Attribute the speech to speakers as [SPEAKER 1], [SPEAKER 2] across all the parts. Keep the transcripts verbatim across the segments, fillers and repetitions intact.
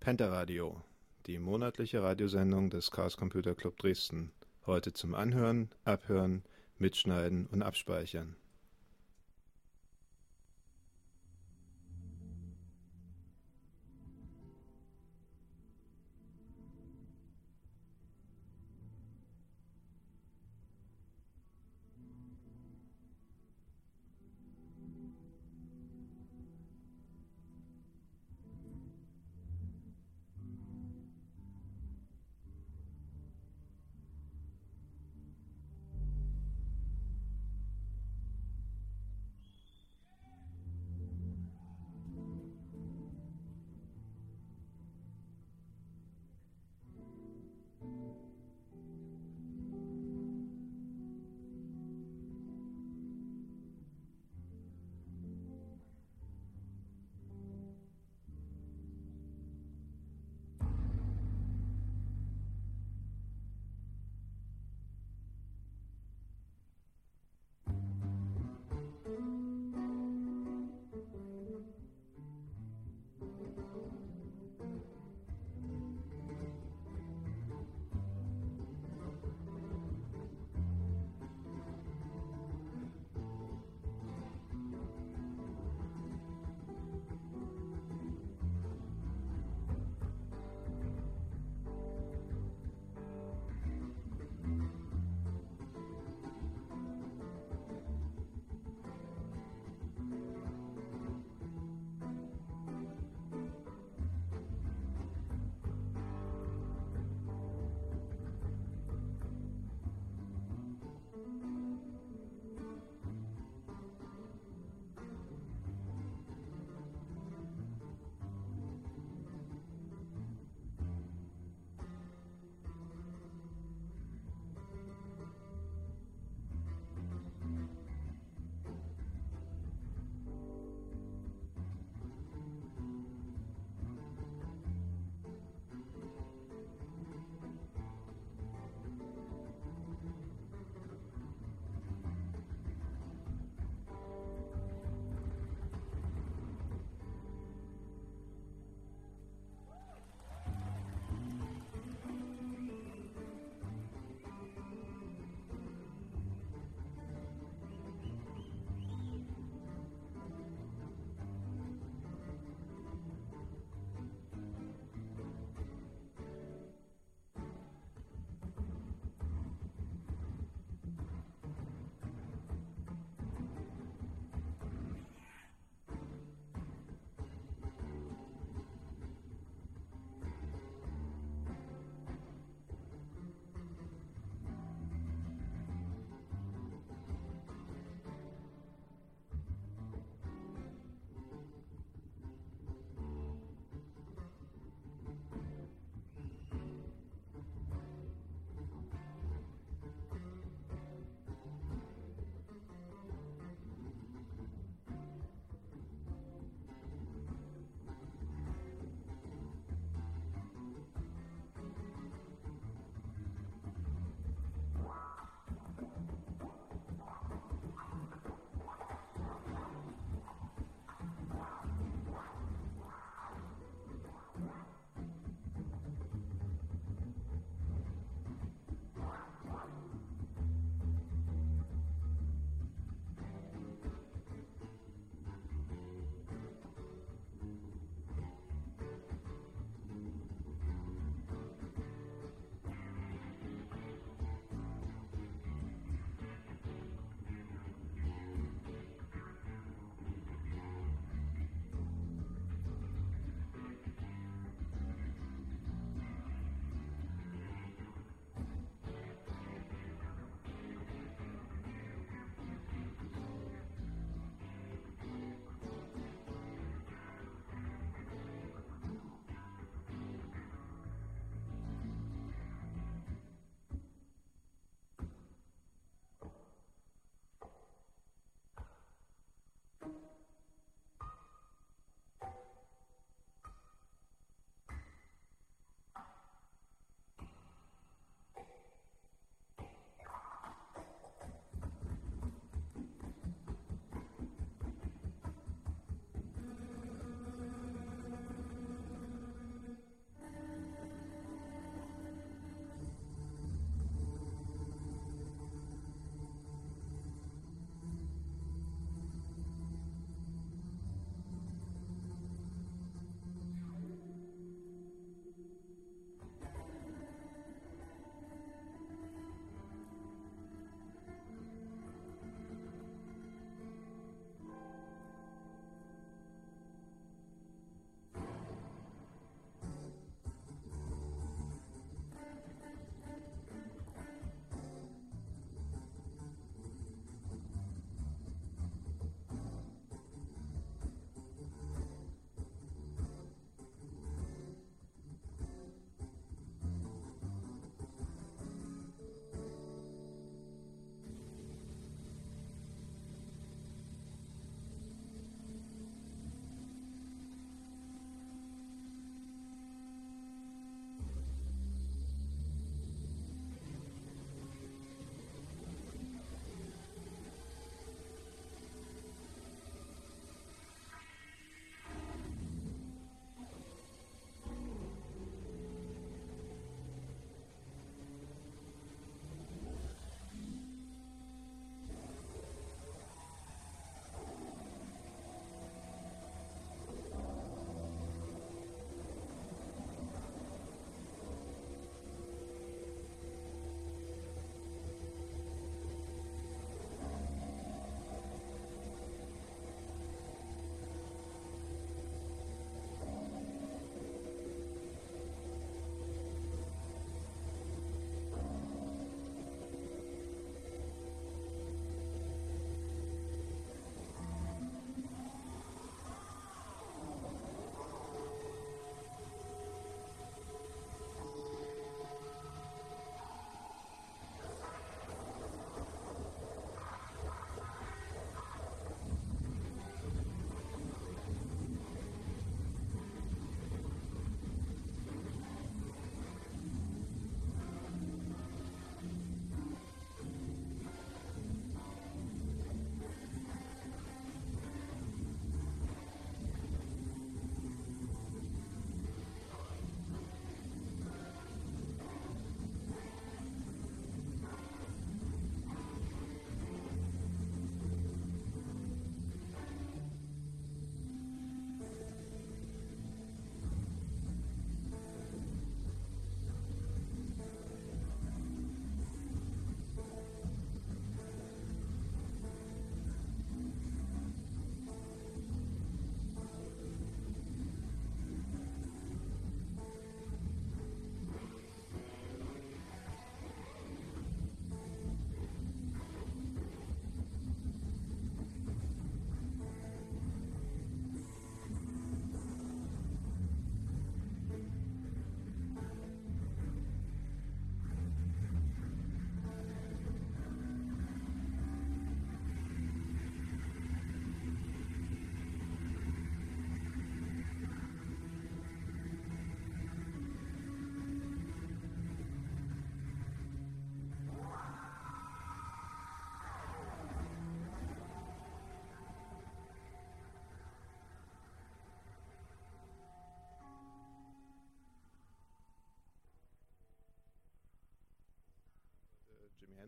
[SPEAKER 1] Pentaradio, die monatliche Radiosendung des Chaos Computer Club Dresden. Heute zum Anhören, Abhören, Mitschneiden und Abspeichern.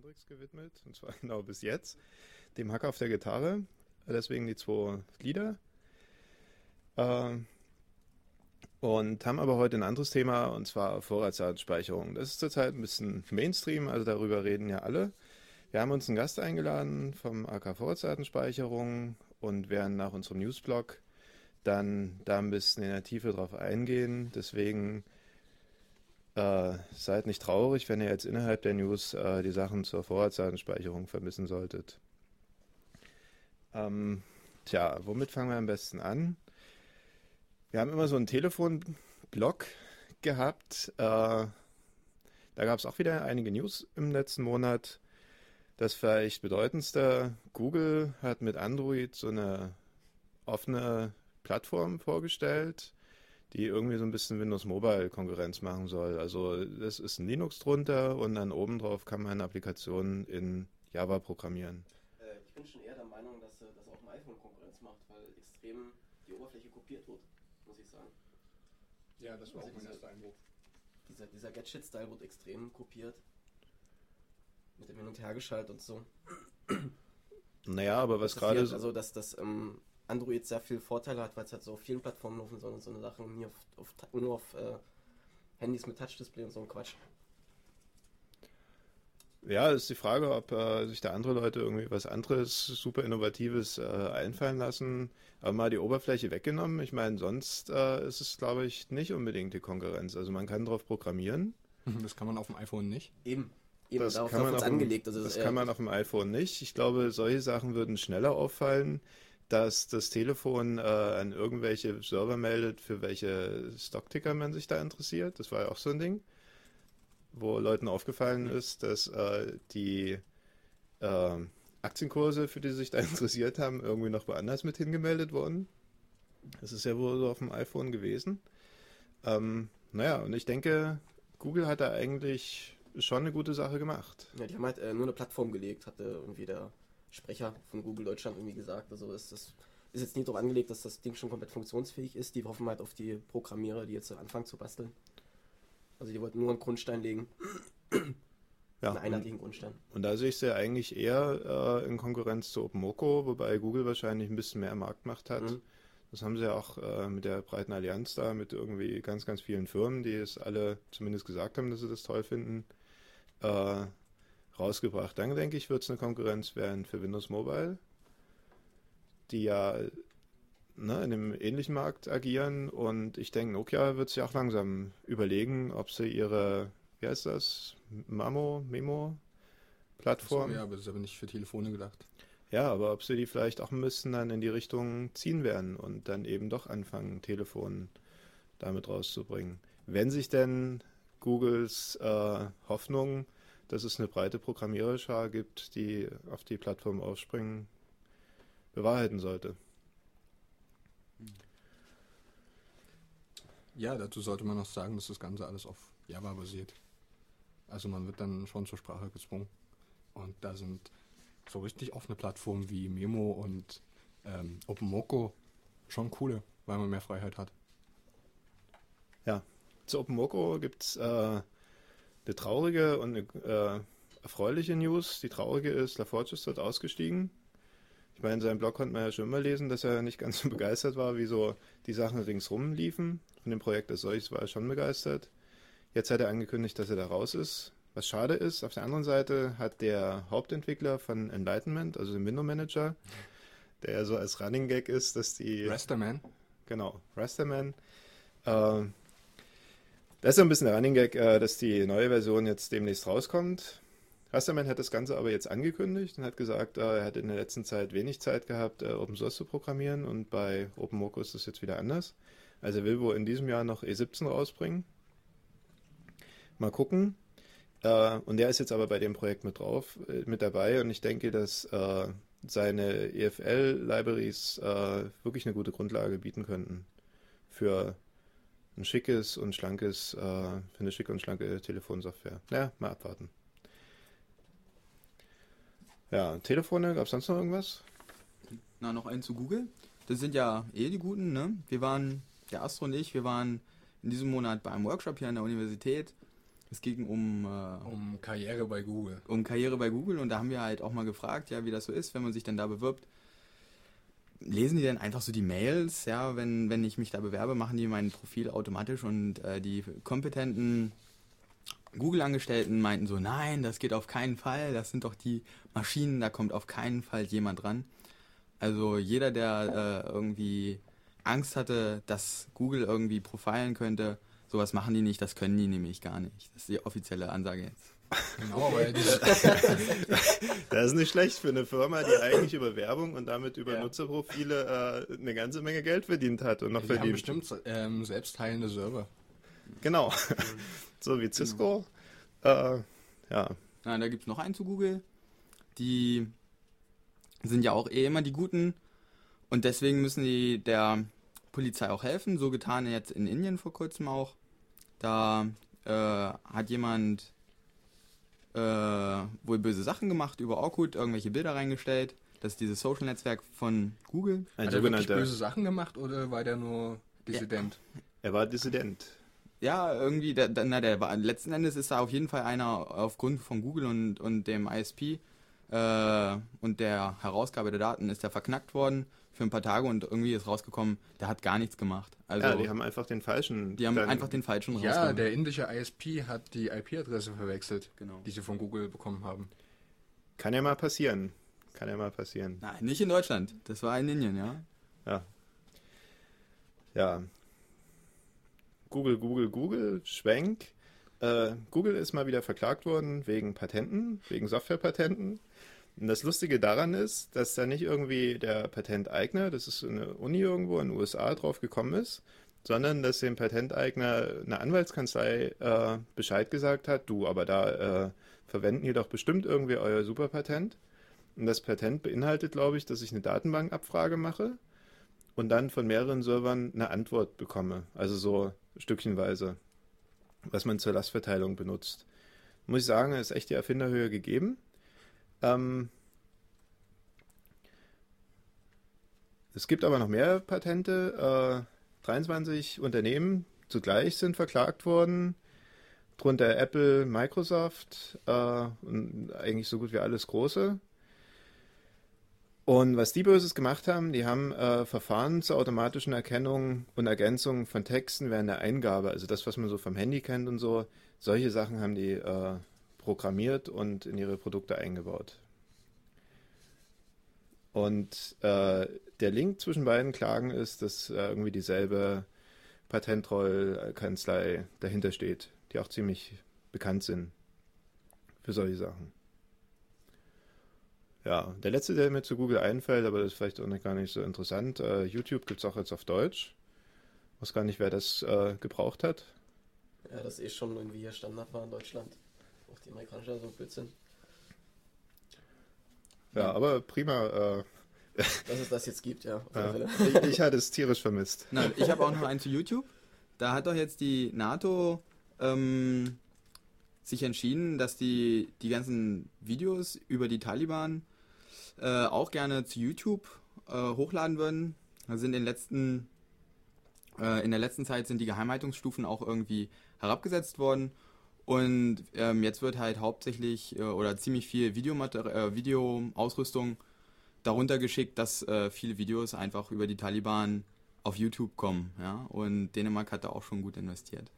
[SPEAKER 1] Hendrix gewidmet, und zwar genau bis jetzt, dem Hacker auf der Gitarre, deswegen die zwei Lieder. Äh, und haben aber heute ein anderes Thema, und zwar Vorratsdatenspeicherung. Das ist zurzeit ein bisschen Mainstream, also darüber reden ja alle. Wir haben uns einen Gast eingeladen vom A K Vorratsdatenspeicherung und werden nach unserem Newsblog dann da ein bisschen in der Tiefe drauf eingehen. Deswegen äh, seid nicht traurig, wenn ihr jetzt innerhalb der News äh, die Sachen zur Vorratsdatenspeicherung vermissen solltet. Ähm, tja, womit fangen wir am besten an? Wir haben immer so einen Telefonblog gehabt. Äh, da gab es auch wieder einige News im letzten Monat. Das vielleicht bedeutendste: Google hat mit Android so eine offene Plattform vorgestellt, die irgendwie so ein bisschen Windows Mobile Konkurrenz machen soll. Also das ist ein Linux drunter und dann oben drauf kann man Applikationen in Java programmieren.
[SPEAKER 2] Äh, ich bin schon eher der Meinung, dass äh, das auch dem iPhone Konkurrenz macht, weil extrem die Oberfläche kopiert wird, muss ich sagen.
[SPEAKER 3] Ja, das war
[SPEAKER 2] Also
[SPEAKER 3] auch mein
[SPEAKER 2] dieser-
[SPEAKER 3] erster Eindruck.
[SPEAKER 2] Dieser, dieser Gadget-Style wird extrem kopiert. Mit dem Hin- und Hergeschaltet und so.
[SPEAKER 1] Naja, aber was
[SPEAKER 2] Das
[SPEAKER 1] gerade
[SPEAKER 2] hier,
[SPEAKER 1] so,
[SPEAKER 2] also, dass das ähm, Android sehr viele Vorteile hat, weil es halt so auf vielen Plattformen laufen soll und so eine Sachen, nie auf, auf, nur auf äh, Handys mit Touch-Display und so ein Quatsch.
[SPEAKER 1] ja, ist die Frage, ob äh, sich da andere Leute irgendwie was anderes, super Innovatives äh, einfallen lassen. Aber mal die Oberfläche weggenommen. Ich meine, sonst äh, ist es, glaube ich, nicht unbedingt die Konkurrenz. Also man kann drauf programmieren.
[SPEAKER 3] Das kann man auf dem iPhone nicht.
[SPEAKER 2] Eben. Eben,
[SPEAKER 1] Das
[SPEAKER 2] darauf
[SPEAKER 1] kann man
[SPEAKER 2] wird es
[SPEAKER 1] auf dem-
[SPEAKER 2] angelegt. Also,
[SPEAKER 1] Das
[SPEAKER 2] äh,
[SPEAKER 1] kann man auf dem iPhone nicht. Ich glaube, solche Sachen würden schneller auffallen, dass das Telefon äh, an irgendwelche Server meldet, für welche Stockticker man sich da interessiert. Das war ja auch so ein Ding, wo Leuten aufgefallen ist, dass äh, die äh, Aktienkurse, für die sie sich da interessiert haben, irgendwie noch woanders mit hingemeldet wurden. Das ist ja wohl so auf dem iPhone gewesen. Ähm, naja, und ich denke, Google hat da eigentlich schon eine gute Sache gemacht.
[SPEAKER 2] Ja, die haben halt äh, nur eine Plattform gelegt, hatte irgendwie der Sprecher von Google Deutschland irgendwie gesagt. Also es ist, ist jetzt nicht darauf angelegt, dass das Ding schon komplett funktionsfähig ist. Die hoffen halt auf die Programmierer, die jetzt anfangen zu basteln. Also die wollten nur einen Grundstein legen,
[SPEAKER 1] Ja,
[SPEAKER 2] einen
[SPEAKER 1] und,
[SPEAKER 2] einheitlichen Grundstein.
[SPEAKER 1] und da sehe ich sie ja eigentlich eher äh, in Konkurrenz zu OpenMoko, wobei Google wahrscheinlich ein bisschen mehr Marktmacht hat.
[SPEAKER 2] Mhm.
[SPEAKER 1] Das haben sie ja auch äh, mit der breiten Allianz da, mit irgendwie ganz, ganz vielen Firmen, die es alle zumindest gesagt haben, dass sie das toll finden, äh, rausgebracht. Dann denke ich, wird es eine Konkurrenz werden für Windows Mobile, die ja ne, in einem ähnlichen Markt agieren, und ich denke, Nokia wird sich auch langsam überlegen, ob sie ihre, wie heißt das, Mamo, Memo Plattform,
[SPEAKER 3] Achso, ja, aber das ist aber nicht für Telefone gedacht.
[SPEAKER 1] ja, aber ob sie die vielleicht auch ein bisschen dann in die Richtung ziehen werden und dann eben doch anfangen, Telefon damit rauszubringen. Wenn sich denn Googles äh, Hoffnung, dass es eine breite Programmiererschar gibt, die auf die Plattform aufspringen, bewahrheiten sollte.
[SPEAKER 3] Ja, dazu sollte man noch sagen, dass das Ganze alles auf Java basiert. Also man wird dann schon zur Sprache gezwungen. Und da sind so richtig offene Plattformen wie Memo und ähm, OpenMoko schon coole, weil man mehr Freiheit hat.
[SPEAKER 1] Zu OpenMoko gibt es äh, eine traurige und eine äh, erfreuliche News. Die traurige ist, LaForge ist dort ausgestiegen. Ich meine, in seinem Blog konnte man ja schon immer lesen, dass er nicht ganz so begeistert war, wie so die Sachen ringsrum liefen. Von dem Projekt als solches war er schon begeistert. Jetzt hat er angekündigt, dass er da raus ist. Was schade ist, auf der anderen Seite hat der Hauptentwickler von Enlightenment, also dem Window Manager, der ja so als Running Gag ist, dass die...
[SPEAKER 3] Rasterman,
[SPEAKER 1] Genau, Rasterman. Äh, das ist so ein bisschen der Running Gag, äh, dass die neue Version jetzt demnächst rauskommt. Rasterman hat das Ganze aber jetzt angekündigt und hat gesagt, äh, er hat in der letzten Zeit wenig Zeit gehabt, äh, Open Source zu programmieren, und bei OpenMoko ist das jetzt wieder anders. Also er will wohl in diesem Jahr noch E siebzehn rausbringen. Mal gucken. Äh, und der ist jetzt aber bei dem Projekt mit drauf, äh, mit dabei, und ich denke, dass äh, seine E F L-Libraries äh, wirklich eine gute Grundlage bieten könnten für ein schickes und schlankes, äh, für eine schicke und schlanke Telefonsoftware. Naja, mal abwarten. Ja, Telefone, gab es sonst noch irgendwas?
[SPEAKER 4] Na, noch einen zu Google. Das sind ja eh die Guten, ne? Wir waren, der Astro und ich, wir waren in diesem Monat beim Workshop hier an der Universität Es ging um, äh,
[SPEAKER 3] Um Karriere bei Google.
[SPEAKER 4] um Karriere bei Google und da haben wir halt auch mal gefragt, ja, wie das so ist, wenn man sich dann da bewirbt. Lesen die denn einfach so die Mails, ja, wenn, wenn ich mich da bewerbe, machen die mein Profil automatisch und äh, die kompetenten Google-Angestellten meinten so, nein, das geht auf keinen Fall, das sind doch die Maschinen, da kommt auf keinen Fall jemand ran. Also jeder, der äh, irgendwie Angst hatte, dass Google irgendwie profilen könnte, sowas machen die nicht, das können die nämlich gar nicht. Das ist die offizielle Ansage jetzt.
[SPEAKER 3] Genau, weil diese,
[SPEAKER 1] Das ist nicht schlecht für eine Firma, die eigentlich über Werbung und damit über
[SPEAKER 2] Ja.
[SPEAKER 1] Nutzerprofile äh, eine ganze Menge Geld verdient hat und noch
[SPEAKER 3] die haben
[SPEAKER 1] verdient.
[SPEAKER 3] bestimmt ähm, selbstheilende Server.
[SPEAKER 1] Genau. So wie Cisco. Äh, ja.
[SPEAKER 4] Na, da gibt es noch einen zu Google. Die sind ja auch eh immer die Guten und deswegen müssen die der Polizei auch helfen. So getan jetzt in Indien vor kurzem auch. Da äh, hat jemand äh, wohl böse Sachen gemacht über Orkut, irgendwelche Bilder reingestellt. Das ist dieses Social-Netzwerk von Google.
[SPEAKER 1] Ein
[SPEAKER 3] Hat er wirklich
[SPEAKER 1] sogenannter.
[SPEAKER 3] böse Sachen gemacht oder war der nur Dissident?
[SPEAKER 1] Er war Dissident.
[SPEAKER 4] Ja, irgendwie, der, der, na, der war, letzten Endes ist da auf jeden Fall einer aufgrund von Google und, und dem I S P äh, und der Herausgabe der Daten ist der verknackt worden für ein paar Tage und irgendwie ist rausgekommen, der hat gar nichts gemacht. Also,
[SPEAKER 1] Ja, die haben einfach den falschen.
[SPEAKER 4] die haben
[SPEAKER 1] dann-
[SPEAKER 4] einfach den falschen
[SPEAKER 3] Ja,
[SPEAKER 4] rausgenommen.
[SPEAKER 3] der indische I S P hat die I P-Adresse verwechselt,
[SPEAKER 4] Genau.
[SPEAKER 3] die sie von Google bekommen haben.
[SPEAKER 1] Kann ja mal passieren. Kann ja mal passieren.
[SPEAKER 4] Nein, nicht in Deutschland. Das war in Indien, ja.
[SPEAKER 1] Ja. Ja. Google, Google, Google, Schwenk. Äh, Google ist mal wieder verklagt worden wegen Patenten, wegen Softwarepatenten. Und das Lustige daran ist, dass da nicht irgendwie der Patenteigner, das ist eine Uni irgendwo in den U S A, drauf gekommen ist, sondern dass dem Patenteigner eine Anwaltskanzlei äh, Bescheid gesagt hat, du, aber da äh, verwenden die doch bestimmt irgendwie euer Superpatent. Und das Patent beinhaltet, glaube ich, dass ich eine Datenbankabfrage mache und dann von mehreren Servern eine Antwort bekomme. Also so stückchenweise, was man zur Lastverteilung benutzt. Muss ich sagen, ist echt die Erfinderhöhe gegeben. Ähm, es gibt aber noch mehr Patente. Äh, dreiundzwanzig Unternehmen zugleich sind verklagt worden. Drunter Apple, Microsoft äh, und eigentlich so gut wie alles Große. Und was die Böses gemacht haben, die haben äh, Verfahren zur automatischen Erkennung und Ergänzung von Texten während der Eingabe, also das, was man so vom Handy kennt und so, solche Sachen haben die äh, programmiert und in ihre Produkte eingebaut. Und äh, der Link zwischen beiden Klagen ist, dass äh, irgendwie dieselbe Patentrollkanzlei dahinter steht, die auch ziemlich bekannt sind für solche Sachen. Ja, der letzte, der mir zu Google einfällt, aber das ist vielleicht auch nicht, gar nicht so interessant. Äh, YouTube gibt es auch jetzt auf Deutsch. Ich weiß gar nicht, wer das äh, gebraucht hat.
[SPEAKER 2] Ja, das eh schon irgendwie hier Standard war in Deutschland. Auch die amerikanische so Blödsinn.
[SPEAKER 1] Ja, aber prima. Äh,
[SPEAKER 2] Dass es das jetzt gibt, ja. Auf alle
[SPEAKER 1] äh,
[SPEAKER 2] Fälle.
[SPEAKER 1] ich, ich hatte es tierisch vermisst.
[SPEAKER 4] Na, ich habe auch noch einen zu YouTube. Da hat doch jetzt die NATO ähm, sich entschieden, dass die die ganzen Videos über die Taliban äh, auch gerne zu YouTube äh, hochladen würden. Da sind in den letzten äh, in der letzten Zeit sind die Geheimhaltungsstufen auch irgendwie herabgesetzt worden und ähm, jetzt wird halt hauptsächlich äh, oder ziemlich viel Videomater- äh, Videoausrüstung darunter geschickt, dass äh, viele Videos einfach über die Taliban auf YouTube kommen, ja, und Dänemark hat da auch schon gut investiert.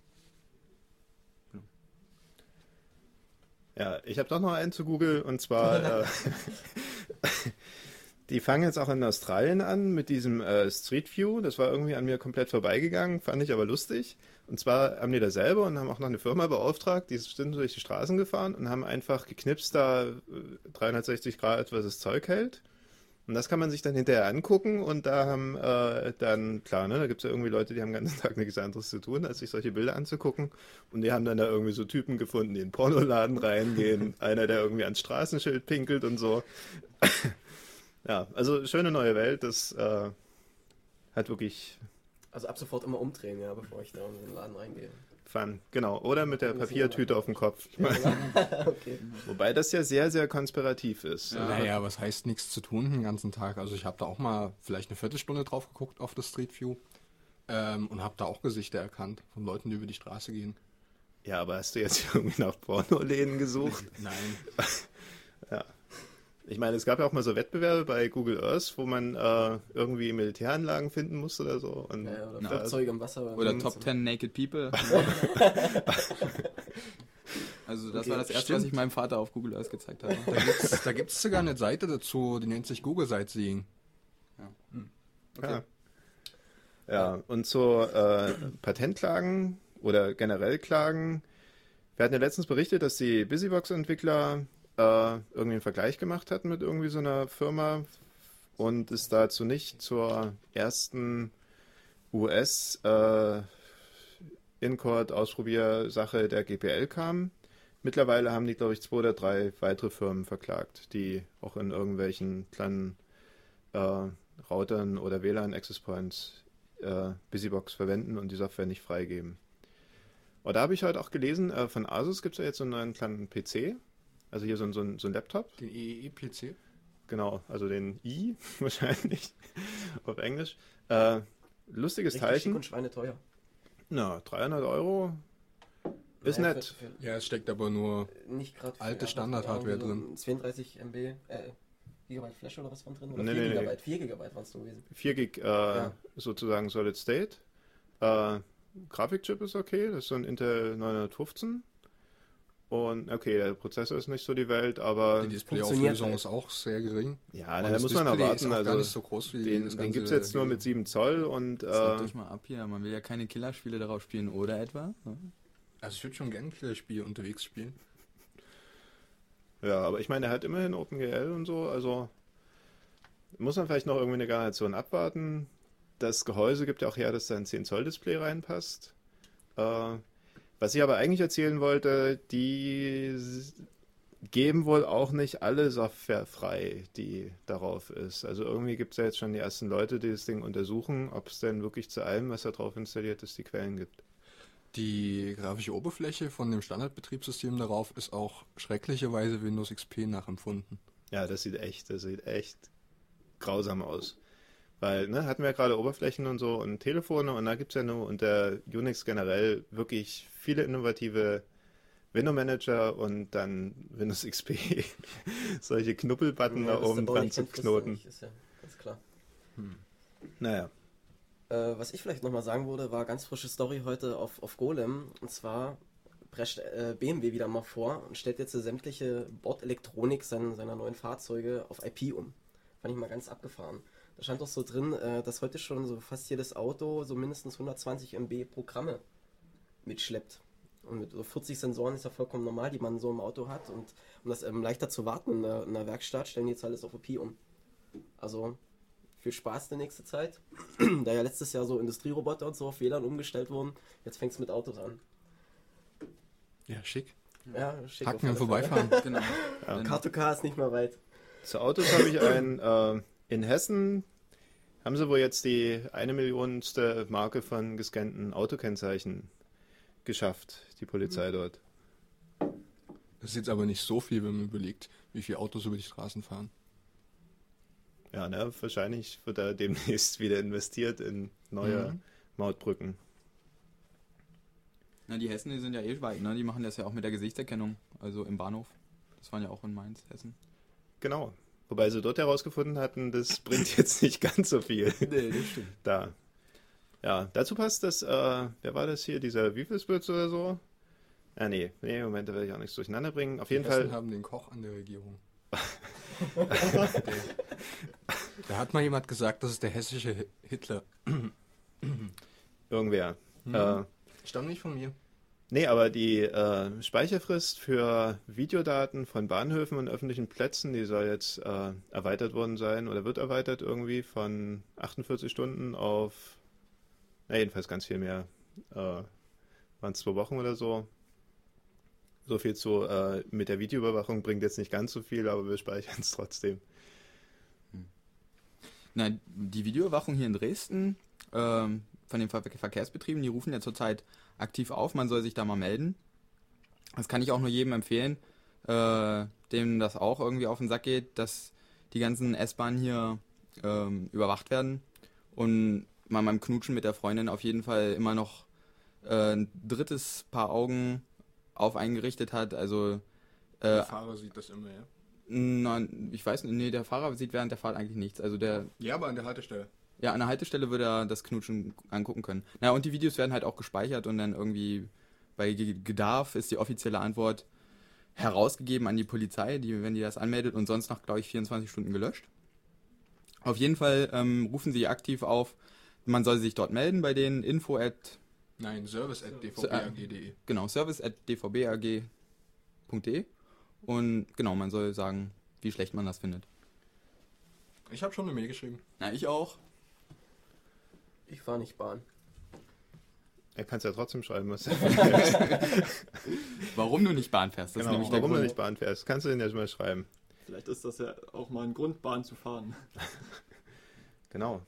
[SPEAKER 1] Ja, ich habe doch noch einen zu Google und zwar, äh, die fangen jetzt auch in Australien an mit diesem äh, Street View. Das war irgendwie an mir komplett vorbeigegangen, fand ich aber lustig. Und zwar haben die da selber und haben auch noch eine Firma beauftragt, die sind durch die Straßen gefahren und haben einfach geknipst da äh, dreihundertsechzig Grad, was das Zeug hält. Und das kann man sich dann hinterher angucken und da haben äh, dann, klar, ne, da gibt es ja irgendwie Leute, die haben den ganzen Tag nichts anderes zu tun, als sich solche Bilder anzugucken. Und die haben dann da irgendwie so Typen gefunden, die in den Pornoladen reingehen, einer, der irgendwie ans Straßenschild pinkelt und so. Ja, also schöne neue Welt, das äh, hat wirklich
[SPEAKER 2] Also ab sofort immer umdrehen, ja, bevor ich da in den Laden reingehe.
[SPEAKER 1] Fun, genau. Oder mit der Papiertüte auf dem Kopf.
[SPEAKER 2] Ja, genau. Okay.
[SPEAKER 1] Wobei das ja sehr, sehr konspirativ ist.
[SPEAKER 4] Ja.
[SPEAKER 3] Naja, was heißt nichts zu tun den ganzen Tag? Also ich habe da auch mal vielleicht eine Viertelstunde drauf geguckt auf das Street View ähm, und habe da auch Gesichter erkannt von Leuten, die über die Straße gehen.
[SPEAKER 1] Ja, aber hast du jetzt irgendwie nach Pornoläden gesucht?
[SPEAKER 3] Nein.
[SPEAKER 1] Ja. Ich meine, es gab ja auch mal so Wettbewerbe bei Google Earth, wo man äh, irgendwie Militäranlagen finden musste oder so. Und
[SPEAKER 2] Ja, oder
[SPEAKER 1] da-
[SPEAKER 2] Flugzeuge im Wasser.
[SPEAKER 4] Oder
[SPEAKER 2] und
[SPEAKER 4] Top
[SPEAKER 2] so.
[SPEAKER 4] zehn Naked People. Also das
[SPEAKER 2] Okay,
[SPEAKER 4] war das erste,
[SPEAKER 1] stimmt.
[SPEAKER 4] was ich meinem Vater auf Google Earth gezeigt habe.
[SPEAKER 3] Da gibt's, da gibt's sogar eine Seite dazu, die nennt sich Google Sightseeing.
[SPEAKER 1] Ja. Ja, und so äh, Patentklagen oder generell Klagen. Wir hatten ja letztens berichtet, dass die Busybox-Entwickler äh, irgendwie einen Vergleich gemacht hatten mit irgendwie so einer Firma und es dazu nicht zur ersten U S äh, In-Court-Ausprobiersache der G P L kam. Mittlerweile haben die, glaube ich, zwei oder drei weitere Firmen verklagt, die auch in irgendwelchen kleinen äh, Routern oder W L A N-Access Points äh, Busybox verwenden und die Software nicht freigeben. Und da habe ich heute auch gelesen, äh, von Asus gibt es ja jetzt so einen neuen kleinen P C, also hier so, ein- so, ein, so ein Laptop,
[SPEAKER 3] Den E E E-P C?
[SPEAKER 1] genau, also den i wahrscheinlich auf Englisch. Äh, lustiges
[SPEAKER 2] Richtig schick
[SPEAKER 1] Teilchen,
[SPEAKER 2] und schweineteuer.
[SPEAKER 1] na, dreihundert Euro, ist
[SPEAKER 2] Naja,
[SPEAKER 1] nett.
[SPEAKER 2] für- für-
[SPEAKER 3] Ja, es steckt aber nur...
[SPEAKER 2] Nicht gerade
[SPEAKER 3] Alte Standard-Hardware drin.
[SPEAKER 2] zweiunddreißig M B, äh, Gigabyte Flash oder was war drin? Oder
[SPEAKER 1] Nee,
[SPEAKER 2] vier
[SPEAKER 1] nee, nee.
[SPEAKER 2] Gigabyte, vier Gigabyte waren es nur gewesen.
[SPEAKER 1] vier Gig äh, sozusagen Solid State. Äh, Grafikchip ist okay, das ist so ein Intel neunhundertfünfzehn. Und okay, der Prozessor ist nicht so die Welt, aber
[SPEAKER 3] Die
[SPEAKER 2] Displayauflösung
[SPEAKER 3] Displayauflösung
[SPEAKER 2] ist
[SPEAKER 3] ist auch sehr gering.
[SPEAKER 1] ja,
[SPEAKER 3] Und
[SPEAKER 1] da
[SPEAKER 3] das
[SPEAKER 1] muss man
[SPEAKER 3] Display
[SPEAKER 1] erwarten.
[SPEAKER 3] ist auch gar
[SPEAKER 1] Also
[SPEAKER 3] nicht so groß wie
[SPEAKER 1] den
[SPEAKER 3] das
[SPEAKER 1] den
[SPEAKER 3] ganze
[SPEAKER 1] gibt es jetzt nur mit
[SPEAKER 3] Gerät.
[SPEAKER 1] sieben Zoll und
[SPEAKER 4] Sagt
[SPEAKER 1] äh,
[SPEAKER 4] euch mal ab hier, man will ja keine Killerspiele darauf spielen, oder etwa?
[SPEAKER 3] Also ich würde schon gerne ein Killerspiel unterwegs spielen.
[SPEAKER 1] ja, aber ich meine, er hat immerhin OpenGL und so, also muss man vielleicht noch irgendwie eine Generation abwarten. Das Gehäuse gibt ja auch her, dass da ein zehn Zoll Display reinpasst. Äh, was ich aber eigentlich erzählen wollte, die s- geben wohl auch nicht alle Software frei, die darauf ist. Also irgendwie gibt es ja jetzt schon die ersten Leute, die das Ding untersuchen, ob es denn wirklich zu allem, was da drauf installiert ist, die Quellen gibt.
[SPEAKER 3] Die grafische Oberfläche von dem Standardbetriebssystem darauf ist auch schrecklicherweise Windows X P nachempfunden.
[SPEAKER 1] Ja, das sieht echt, das sieht echt grausam aus. Weil, ne, hatten wir ja gerade Oberflächen und so und Telefone und da gibt es ja nur unter Unix generell wirklich viele innovative Window-Manager und dann Windows X P. Solche Knuppelbutton
[SPEAKER 2] Ja,
[SPEAKER 1] da
[SPEAKER 2] dass
[SPEAKER 1] oben
[SPEAKER 2] der Bau
[SPEAKER 1] dran
[SPEAKER 2] nicht
[SPEAKER 1] zu
[SPEAKER 2] kennt, frisst er
[SPEAKER 1] knoten.
[SPEAKER 2] nicht, ist ja ganz klar.
[SPEAKER 1] Naja.
[SPEAKER 2] Äh, was ich vielleicht nochmal sagen würde, war ganz frische Story heute auf, auf Golem. Und zwar prescht äh, B M W wieder mal vor und stellt jetzt sämtliche Bordelektronik seiner, seiner neuen Fahrzeuge auf I P um. Fand ich mal ganz abgefahren. Da stand doch so drin, äh, dass heute schon so fast jedes Auto so mindestens hundertzwanzig Megabyte Programme mitschleppt. Und mit so vierzig Sensoren ist ja vollkommen normal, die man so im Auto hat. Und um das ähm, leichter zu warten in der, in der Werkstatt, stellen die jetzt alles auf I P um. Also viel Spaß die nächste Zeit. Da ja letztes Jahr so Industrieroboter und so auf W L A N umgestellt wurden, jetzt fängt es mit Autos an.
[SPEAKER 3] Ja, schick.
[SPEAKER 2] Ja, schick.
[SPEAKER 3] Hacken
[SPEAKER 2] auf
[SPEAKER 3] im
[SPEAKER 2] alle Fälle.
[SPEAKER 3] Vorbeifahren.
[SPEAKER 4] Genau.
[SPEAKER 1] Ja.
[SPEAKER 2] Car to Car ist nicht mehr weit.
[SPEAKER 1] Zu Autos habe ich ein, äh, in Hessen haben sie wohl jetzt die eine Millionste Marke von gescannten Autokennzeichen geschafft, die Polizei dort.
[SPEAKER 3] Das ist jetzt aber nicht so viel, wenn man überlegt, wie viele Autos über die Straßen fahren.
[SPEAKER 1] Ja, ne, wahrscheinlich wird da demnächst wieder investiert in neue
[SPEAKER 3] Mhm.
[SPEAKER 1] Mautbrücken.
[SPEAKER 4] Na, die Hessen, die sind ja eh weit, ne? Die machen das ja auch mit der Gesichtserkennung, also im Bahnhof. Das waren ja auch in Mainz, Hessen.
[SPEAKER 1] Genau. Wobei sie dort herausgefunden hatten, das bringt jetzt nicht ganz so viel
[SPEAKER 4] Nee, das stimmt.
[SPEAKER 1] da. Ja, dazu passt das, äh, wer war das hier, dieser Wiefelsbütz oder so? Ah, nee, nee, Moment, da will ich auch nichts durcheinander bringen. Auf jeden
[SPEAKER 3] Die Hessen
[SPEAKER 1] Fall,
[SPEAKER 3] haben den Koch an der Regierung. Da hat mal jemand gesagt, das ist der hessische Hi- Hitler.
[SPEAKER 1] irgendwer.
[SPEAKER 3] Mhm.
[SPEAKER 1] Äh,
[SPEAKER 3] Stammt nicht von mir.
[SPEAKER 1] Nee, aber die äh, Speicherfrist für Videodaten von Bahnhöfen und öffentlichen Plätzen, die soll jetzt äh, erweitert worden sein oder wird erweitert irgendwie von achtundvierzig Stunden auf, na jedenfalls ganz viel mehr, äh, waren es zwei Wochen oder so. So viel zu, äh, mit der Videoüberwachung bringt jetzt nicht ganz so viel, aber wir speichern es trotzdem.
[SPEAKER 4] Na, die Videoüberwachung hier in Dresden ähm, von den Ver Verkehrsbetrieben, die rufen ja zurzeit aktiv auf, man soll sich da mal melden. Das kann ich auch nur jedem empfehlen, äh, dem das auch irgendwie auf den Sack geht, dass die ganzen S-Bahnen hier ähm, überwacht werden und man beim Knutschen mit der Freundin auf jeden Fall immer noch äh, ein drittes Paar Augen auf eingerichtet hat. Also äh,
[SPEAKER 3] Der Fahrer sieht das immer, ja?
[SPEAKER 4] Nein, ich weiß nicht, nee, der Fahrer sieht während der Fahrt eigentlich nichts. Also der,
[SPEAKER 3] Ja, aber an der Haltestelle.
[SPEAKER 4] ja, an der Haltestelle würde er das Knutschen angucken können. Naja, und die Videos werden halt auch gespeichert und dann irgendwie bei G- Gedarf ist die offizielle Antwort herausgegeben an die Polizei, die, wenn die das anmeldet, und sonst nach, glaube ich, vierundzwanzig Stunden gelöscht. Auf jeden Fall ähm, rufen sie aktiv auf, man soll sich dort melden bei denen, info at,
[SPEAKER 3] Nein, service at d v b a g punkt d e.
[SPEAKER 4] genau, service at d v b a g punkt d e und genau, man soll sagen, wie schlecht man das findet.
[SPEAKER 3] Ich habe schon eine Mail geschrieben.
[SPEAKER 4] Na, ich auch.
[SPEAKER 2] Ich fahre nicht Bahn.
[SPEAKER 1] Er kann es ja trotzdem schreiben, was
[SPEAKER 4] Warum du nicht Bahn fährst, das
[SPEAKER 1] genau,
[SPEAKER 4] ist nämlich der
[SPEAKER 1] warum du
[SPEAKER 4] Grund.
[SPEAKER 1] nicht Bahn fährst. Kannst du den ja schon mal schreiben.
[SPEAKER 5] Vielleicht ist das ja auch mal ein Grund, Bahn zu fahren.
[SPEAKER 1] Genau.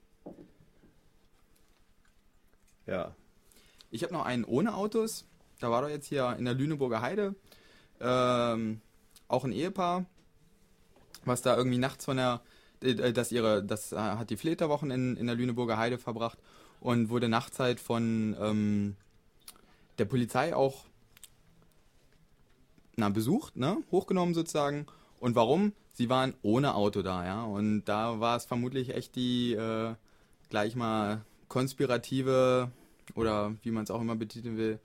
[SPEAKER 1] Ja.
[SPEAKER 4] Ich habe noch einen ohne Autos. Da war doch jetzt hier in der Lüneburger Heide ähm, auch ein Ehepaar, was da irgendwie nachts von der, äh, dass ihre, das äh, hat die Flitterwochen in, in der Lüneburger Heide verbracht und wurde nachts halt von ähm, der Polizei auch na, besucht, ne, hochgenommen sozusagen. Und warum? Sie waren ohne Auto da, ja. Und da war es vermutlich echt die äh, gleich mal konspirative oder wie man es auch immer betiteln will,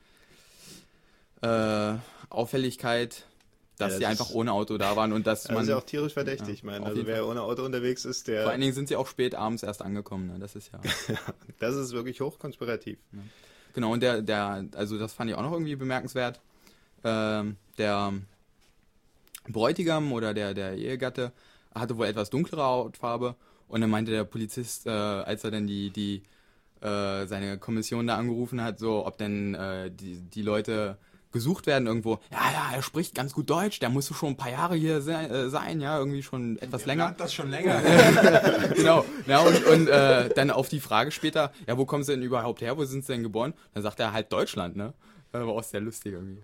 [SPEAKER 4] äh, Auffälligkeit, dass
[SPEAKER 1] Ja,
[SPEAKER 4] sie
[SPEAKER 1] das
[SPEAKER 4] einfach
[SPEAKER 1] ist-
[SPEAKER 4] ohne Auto da waren und dass
[SPEAKER 1] Das
[SPEAKER 4] man...
[SPEAKER 1] ist ja auch tierisch verdächtig.
[SPEAKER 4] Ja,
[SPEAKER 1] ich meine,
[SPEAKER 4] auf
[SPEAKER 1] also
[SPEAKER 4] jeden
[SPEAKER 1] wer
[SPEAKER 4] Fall.
[SPEAKER 1] ohne Auto unterwegs ist, der.
[SPEAKER 4] Vor allen Dingen sind sie auch spät abends erst angekommen, ne? Das ist ja...
[SPEAKER 1] Das ist wirklich hochkonspirativ.
[SPEAKER 4] Genau, und der, der, also das fand ich auch noch irgendwie bemerkenswert. Ähm, der Bräutigam oder der, der Ehegatte hatte wohl etwas dunklere Hautfarbe und dann meinte der Polizist, äh, als er dann die, die äh, seine Kommission da angerufen hat, so ob denn äh, die, die Leute gesucht werden irgendwo. Ja, ja, er spricht ganz gut Deutsch, der muss schon ein paar Jahre hier se äh, sein, ja, irgendwie schon etwas länger.
[SPEAKER 3] Das schon länger.
[SPEAKER 4] Genau. Ja, und und äh, dann auf die Frage später, ja, wo kommen sie denn überhaupt her? Wo sind sie denn geboren? Dann sagt er halt Deutschland, ne? War auch sehr lustig irgendwie.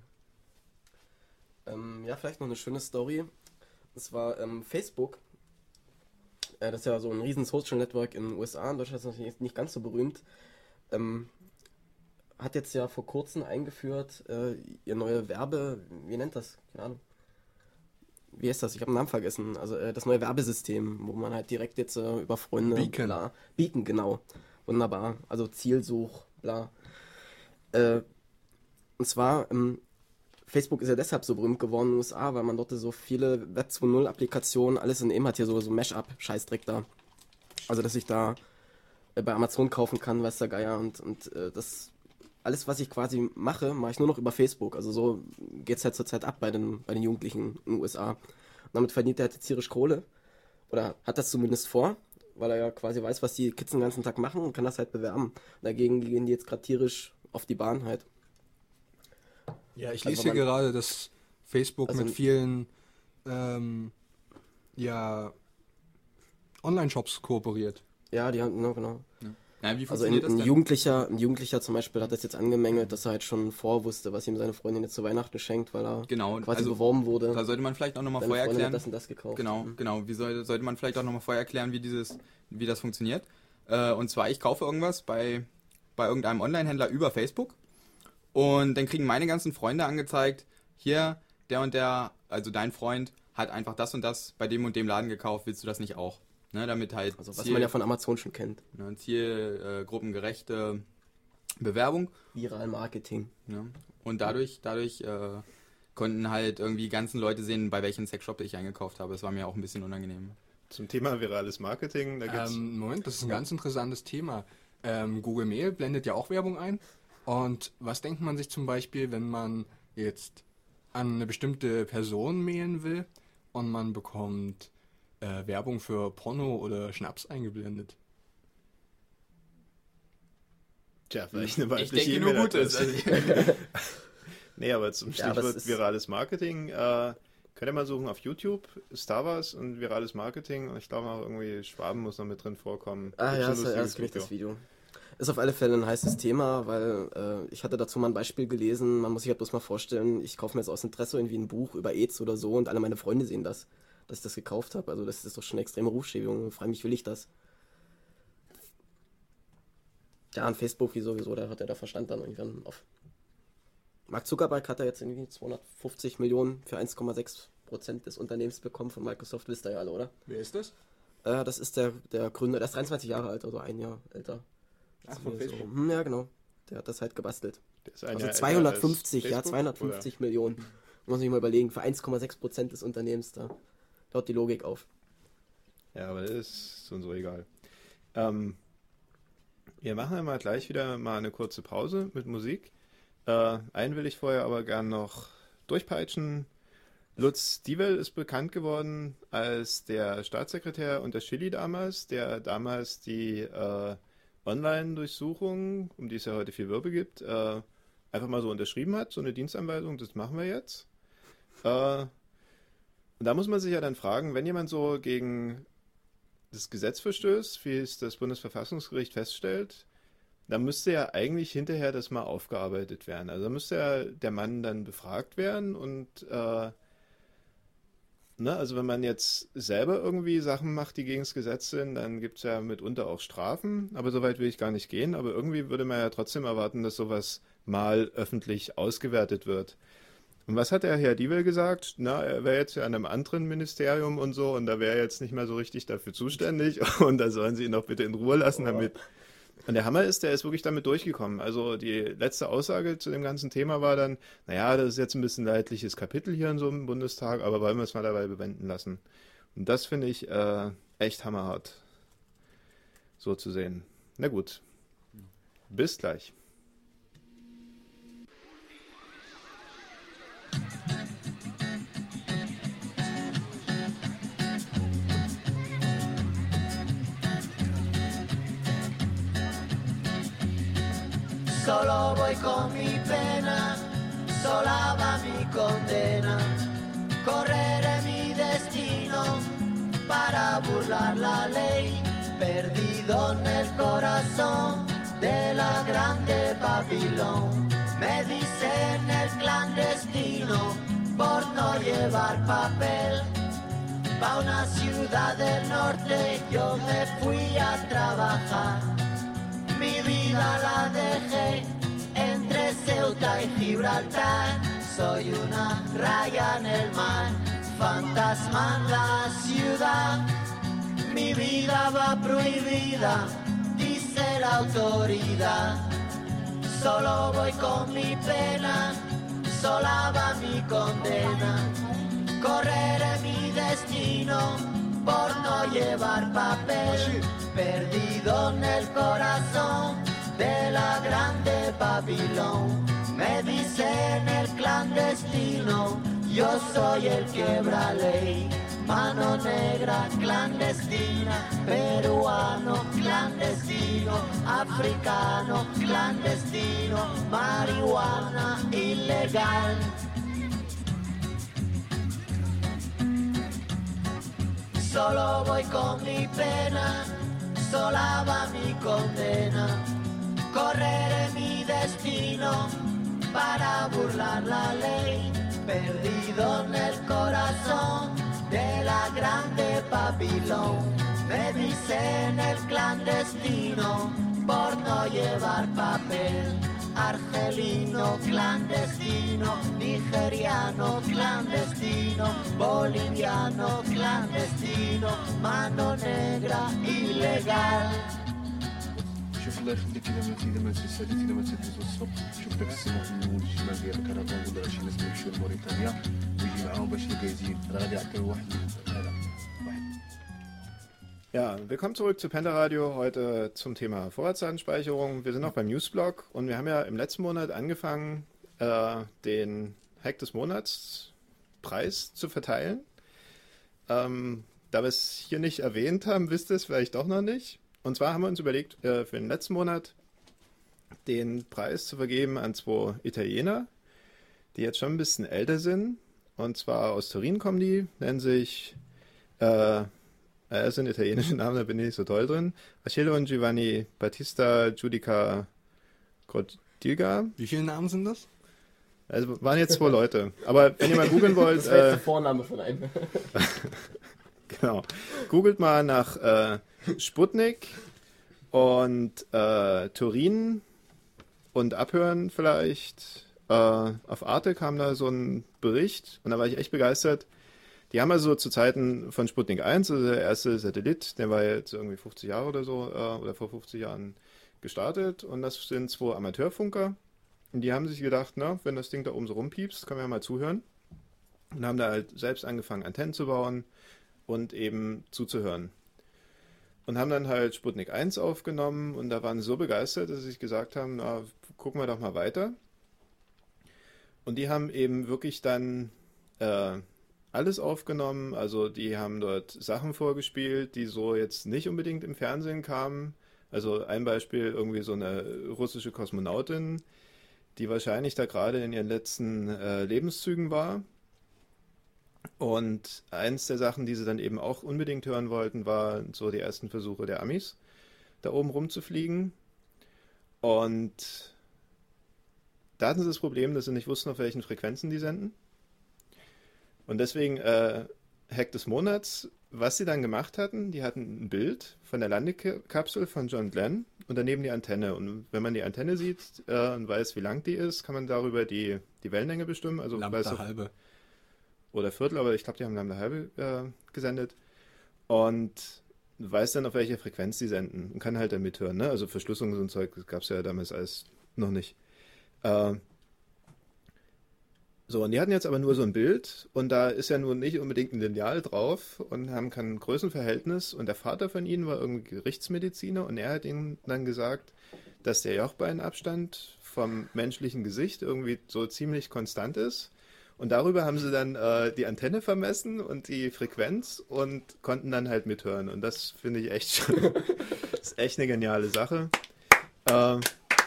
[SPEAKER 2] Ähm, ja, vielleicht noch eine schöne Story. Das war ähm, Facebook. Äh, das ist ja so ein riesen Social Network in den U S A. In Deutschland ist das nicht, nicht ganz so berühmt. Ähm, hat jetzt ja vor kurzem eingeführt, äh, ihr neue Werbe... Wie nennt das? Keine Ahnung. Wie heißt das? Ich habe den Namen vergessen. Also äh, das neue Werbesystem, wo man halt direkt jetzt äh, über Freunde...
[SPEAKER 3] Beacon.
[SPEAKER 2] Bla, Beacon, genau. Wunderbar. Also Zielsuch, bla. Äh, und zwar... Ähm, Facebook ist ja deshalb so berühmt geworden in den U S A, weil man dort so viele Web zwei Punkt null Applikationen, alles in einem hat, hier so, so Mash-up-Scheißdreck da. Also, dass ich da äh, bei Amazon kaufen kann, weiß der Geier. Und, und äh, das alles, was ich quasi mache, mache ich nur noch über Facebook. Also so geht es halt zurzeit ab bei den, bei den Jugendlichen in den U S A. Und damit verdient er halt jetzt tierisch Kohle. Oder hat das zumindest vor, weil er ja quasi weiß, was die Kids den ganzen Tag machen und kann das halt bewerben. Und dagegen gehen die jetzt gerade tierisch auf die Bahn halt.
[SPEAKER 3] Ja, ich
[SPEAKER 2] Also
[SPEAKER 3] lese hier
[SPEAKER 2] man-
[SPEAKER 3] gerade, dass Facebook
[SPEAKER 2] Also-
[SPEAKER 3] mit vielen ähm, ja, Online-Shops kooperiert.
[SPEAKER 2] Ja, die haben, no, genau.
[SPEAKER 4] Ja, wie
[SPEAKER 2] Also ein,
[SPEAKER 4] funktioniert
[SPEAKER 2] ein
[SPEAKER 4] das denn?
[SPEAKER 2] Jugendlicher, ein Jugendlicher zum Beispiel hat das jetzt angemängelt, dass er halt schon vorwusste, was ihm seine Freundin jetzt zu Weihnachten schenkt, weil er
[SPEAKER 4] Genau,
[SPEAKER 2] quasi
[SPEAKER 4] also
[SPEAKER 2] beworben wurde.
[SPEAKER 4] da sollte man vielleicht auch nochmal
[SPEAKER 2] Seine
[SPEAKER 4] vorher
[SPEAKER 2] Freundin
[SPEAKER 4] erklären.
[SPEAKER 2] hat das und das gekauft.
[SPEAKER 4] Genau,
[SPEAKER 2] Mhm.
[SPEAKER 4] genau. Wie soll, sollte man vielleicht auch nochmal vorher erklären, wie dieses, wie das funktioniert. Äh, und zwar, ich kaufe irgendwas bei, bei irgendeinem Online-Händler über Facebook und dann kriegen meine ganzen Freunde angezeigt, hier, der und der, also dein Freund, hat einfach das und das bei dem und dem Laden gekauft, willst du das nicht auch? Ne, damit halt
[SPEAKER 2] Also was man ja von Amazon schon kennt.
[SPEAKER 4] ne, zielgruppengerechte Bewerbung.
[SPEAKER 2] Viral Marketing.
[SPEAKER 4] Ne? Und dadurch, dadurch äh, konnten halt irgendwie ganzen Leute sehen, bei welchem Sexshop ich eingekauft habe. Das war mir auch ein bisschen unangenehm.
[SPEAKER 1] Zum Thema virales Marketing, da gibt's
[SPEAKER 3] Ähm, Moment, das ist ein ganz interessantes Thema. Ähm, Google Mail blendet ja auch Werbung ein. Und was denkt man sich zum Beispiel, wenn man jetzt an eine bestimmte Person mailen will und man bekommt äh, Werbung für Porno oder Schnaps eingeblendet?
[SPEAKER 1] Tja, vielleicht eine
[SPEAKER 4] Ich
[SPEAKER 1] weibliche
[SPEAKER 4] denke nur
[SPEAKER 1] E-Mail-Adresse.
[SPEAKER 4] Gutes. Also,
[SPEAKER 1] Nee, aber zum
[SPEAKER 2] Ja, aber
[SPEAKER 1] Stichwort
[SPEAKER 2] es ist-
[SPEAKER 1] virales Marketing, äh, könnt ihr mal suchen auf YouTube, Star Wars und virales Marketing. Und ich glaube auch irgendwie Schwaben muss noch mit drin vorkommen.
[SPEAKER 2] Ah
[SPEAKER 1] Gibt's
[SPEAKER 2] ja,
[SPEAKER 1] ein
[SPEAKER 2] das, ja,
[SPEAKER 1] lustiges
[SPEAKER 2] das kenne ich das
[SPEAKER 1] Video.
[SPEAKER 2] Video. Ist auf alle Fälle ein heißes Thema, weil äh, ich hatte dazu mal ein Beispiel gelesen. Man muss sich halt bloß mal vorstellen, ich kaufe mir jetzt aus Interesse irgendwie ein Buch über AIDS oder so und alle meine Freunde sehen das, dass ich das gekauft habe. Also das ist doch schon eine extreme Rufschädigung. Ich frage mich, will ich das? Ja, an Facebook wie sowieso, da hat ja der Verstand dann irgendwann auf. Mark Zuckerberg hat da jetzt irgendwie zweihundertfünfzig Millionen für eins Komma sechs Prozent des Unternehmens bekommen von Microsoft, wisst ihr ja alle, oder?
[SPEAKER 3] Wer ist das?
[SPEAKER 2] Äh, das ist der, der Gründer, der ist dreiundzwanzig Jahre alt, also ein Jahr älter.
[SPEAKER 3] Ach, von
[SPEAKER 2] So,
[SPEAKER 3] Facebook.
[SPEAKER 2] hm, ja, genau. Der hat das halt gebastelt.
[SPEAKER 1] Der ist ein
[SPEAKER 2] Also
[SPEAKER 1] Jahr älter
[SPEAKER 2] zweihundertfünfzig,
[SPEAKER 1] als
[SPEAKER 2] ja,
[SPEAKER 1] Facebook,
[SPEAKER 2] zweihundertfünfzig Millionen. Muss ich mal überlegen, für eins Komma sechs Prozent des Unternehmens, da haut die Logik auf.
[SPEAKER 1] oder? Ja, aber das ist uns so egal. Ähm, wir machen dann mal gleich wieder mal eine kurze Pause mit Musik. Äh, einen will ich vorher aber gern noch durchpeitschen. Lutz Diewel ist bekannt geworden als der Staatssekretär unter Schilly damals, der damals die äh, Online-Durchsuchung, um die es ja heute viel Wirbel gibt, äh, einfach mal so unterschrieben hat, so eine Dienstanweisung, das machen wir jetzt. Äh, und da muss man sich ja dann fragen, wenn jemand so gegen das Gesetz verstößt, wie es das Bundesverfassungsgericht feststellt, dann müsste ja eigentlich hinterher das mal aufgearbeitet werden. Also da müsste ja der Mann dann befragt werden und äh, ne, also wenn man jetzt selber irgendwie Sachen macht, die gegen das Gesetz sind, dann gibt es ja mitunter auch Strafen, aber so weit will ich gar nicht gehen, aber irgendwie würde man ja trotzdem erwarten, dass sowas mal öffentlich ausgewertet wird. Und was hat der Herr Diewel gesagt? Na, er wäre jetzt ja an einem anderen Ministerium und so und da wäre er jetzt nicht mehr so richtig dafür zuständig und da sollen sie ihn doch bitte in Ruhe lassen damit. Und der Hammer ist, der ist wirklich damit durchgekommen. Also die letzte Aussage zu dem ganzen Thema war dann, naja, das ist jetzt ein bisschen leidliches Kapitel hier in so einem Bundestag, aber wollen wir es mal dabei bewenden lassen. Und das finde ich äh, echt hammerhart, so zu sehen. Na gut, bis gleich.
[SPEAKER 6] Solo voy con mi pena, sola va mi condena. Correré mi destino para burlar la ley, perdido en el corazón de la grande Babilón. Me dicen el clandestino por no llevar papel. Pa' una ciudad del norte yo me fui a trabajar. Mi vida la dejé entre Ceuta y Gibraltar. Soy una raya en el mar, fantasma en la ciudad. Mi vida va prohibida, dice la autoridad. Solo voy con mi pena, sola va mi condena. Correré mi destino por no llevar papel, perdido en el corazón de la grande Babilón. Me dicen el clandestino, yo soy el quebra ley. Mano negra clandestina, peruano clandestino, africano clandestino, marihuana ilegal. Solo voy con mi pena, sola va mi condena. Correré mi destino para burlar la ley, perdido en el corazón de la grande Babilón. Me dicen el clandestino por no llevar papel. Argelino clandestino, nigeriano clandestino, boliviano clandestino, mano negra ilegal.
[SPEAKER 7] شوف الله يخليك اذا ما اذا ما تسالي اذا ما تدوز الصبح شوف داك السماء من الشمال ديال الكرفان ولا شي ناس يمشيو لموريتانيا ويجي معاهم باش يزيد راه غادي يعطيو واحد هذا واحد.
[SPEAKER 1] Ja, willkommen zurück zu Panda Radio, heute zum Thema Vorratsdatenspeicherung. Wir sind noch beim Newsblog und wir haben ja im letzten Monat angefangen, äh, den Hack des Monats Preis zu verteilen. Ähm, da wir es hier nicht erwähnt haben, wisst ihr es vielleicht doch noch nicht. Und zwar haben wir uns überlegt, äh, für den letzten Monat den Preis zu vergeben an zwei Italiener, die jetzt schon ein bisschen älter sind. Und zwar aus Turin kommen die, nennen sich, äh, es sind italienische Namen, da bin ich nicht so toll drin. Achille und Giovanni Battista Giudica Codiga.
[SPEAKER 3] Wie viele Namen sind das?
[SPEAKER 1] Also waren jetzt zwei Leute. Aber wenn ihr mal googeln wollt,
[SPEAKER 2] Das war jetzt
[SPEAKER 1] äh,
[SPEAKER 2] der Vorname von einem.
[SPEAKER 1] genau, googelt mal nach äh, Sputnik und äh, Turin und abhören vielleicht äh, auf Arte kam da so ein Bericht und da war ich echt begeistert. Die haben also zu Zeiten von Sputnik eins, also der erste Satellit, der war jetzt irgendwie fünfzig Jahre oder so, äh, oder vor fünfzig Jahren gestartet und das sind zwei Amateurfunker und die haben sich gedacht, na, wenn das Ding da oben so rumpiepst, können wir ja mal zuhören und haben da halt selbst angefangen, Antennen zu bauen und eben zuzuhören. Und haben dann halt Sputnik eins aufgenommen und da waren sie so begeistert, dass sie sich gesagt haben, na, gucken wir doch mal weiter. Und die haben eben wirklich dann äh, alles aufgenommen, also die haben dort Sachen vorgespielt, die so jetzt nicht unbedingt im Fernsehen kamen. Also ein Beispiel, irgendwie so eine russische Kosmonautin, die wahrscheinlich da gerade in ihren letzten äh, Lebenszügen war. Und eins der Sachen, die sie dann eben auch unbedingt hören wollten, waren so die ersten Versuche der Amis, da oben rumzufliegen. Und da hatten sie das Problem, dass sie nicht wussten, auf welchen Frequenzen die senden. Und deswegen äh, Hack des Monats, was sie dann gemacht hatten, die hatten ein Bild von der Landekapsel von John Glenn und daneben die Antenne. Und wenn man die Antenne sieht äh, und weiß, wie lang die ist, kann man darüber die, die Wellenlänge bestimmen. Also
[SPEAKER 3] Lambda
[SPEAKER 1] weißt du,
[SPEAKER 3] halbe.
[SPEAKER 1] Oder Viertel, aber ich glaube, die haben Lambda halbe äh, gesendet. Und weiß dann, auf welcher Frequenz die senden und kann halt dann mithören. Ne? Also Verschlüsselung und so ein Zeug gab es ja damals alles noch nicht. Äh, so, und die hatten jetzt aber nur so ein Bild und da ist ja nun nicht unbedingt ein Lineal drauf und haben kein Größenverhältnis. Und der Vater von ihnen war irgendwie Gerichtsmediziner und er hat ihnen dann gesagt, dass der Jochbeinabstand vom menschlichen Gesicht irgendwie so ziemlich konstant ist. Und darüber haben sie dann äh, die Antenne vermessen und die Frequenz und konnten dann halt mithören. Und das finde ich echt schon, das ist echt eine geniale Sache. Äh,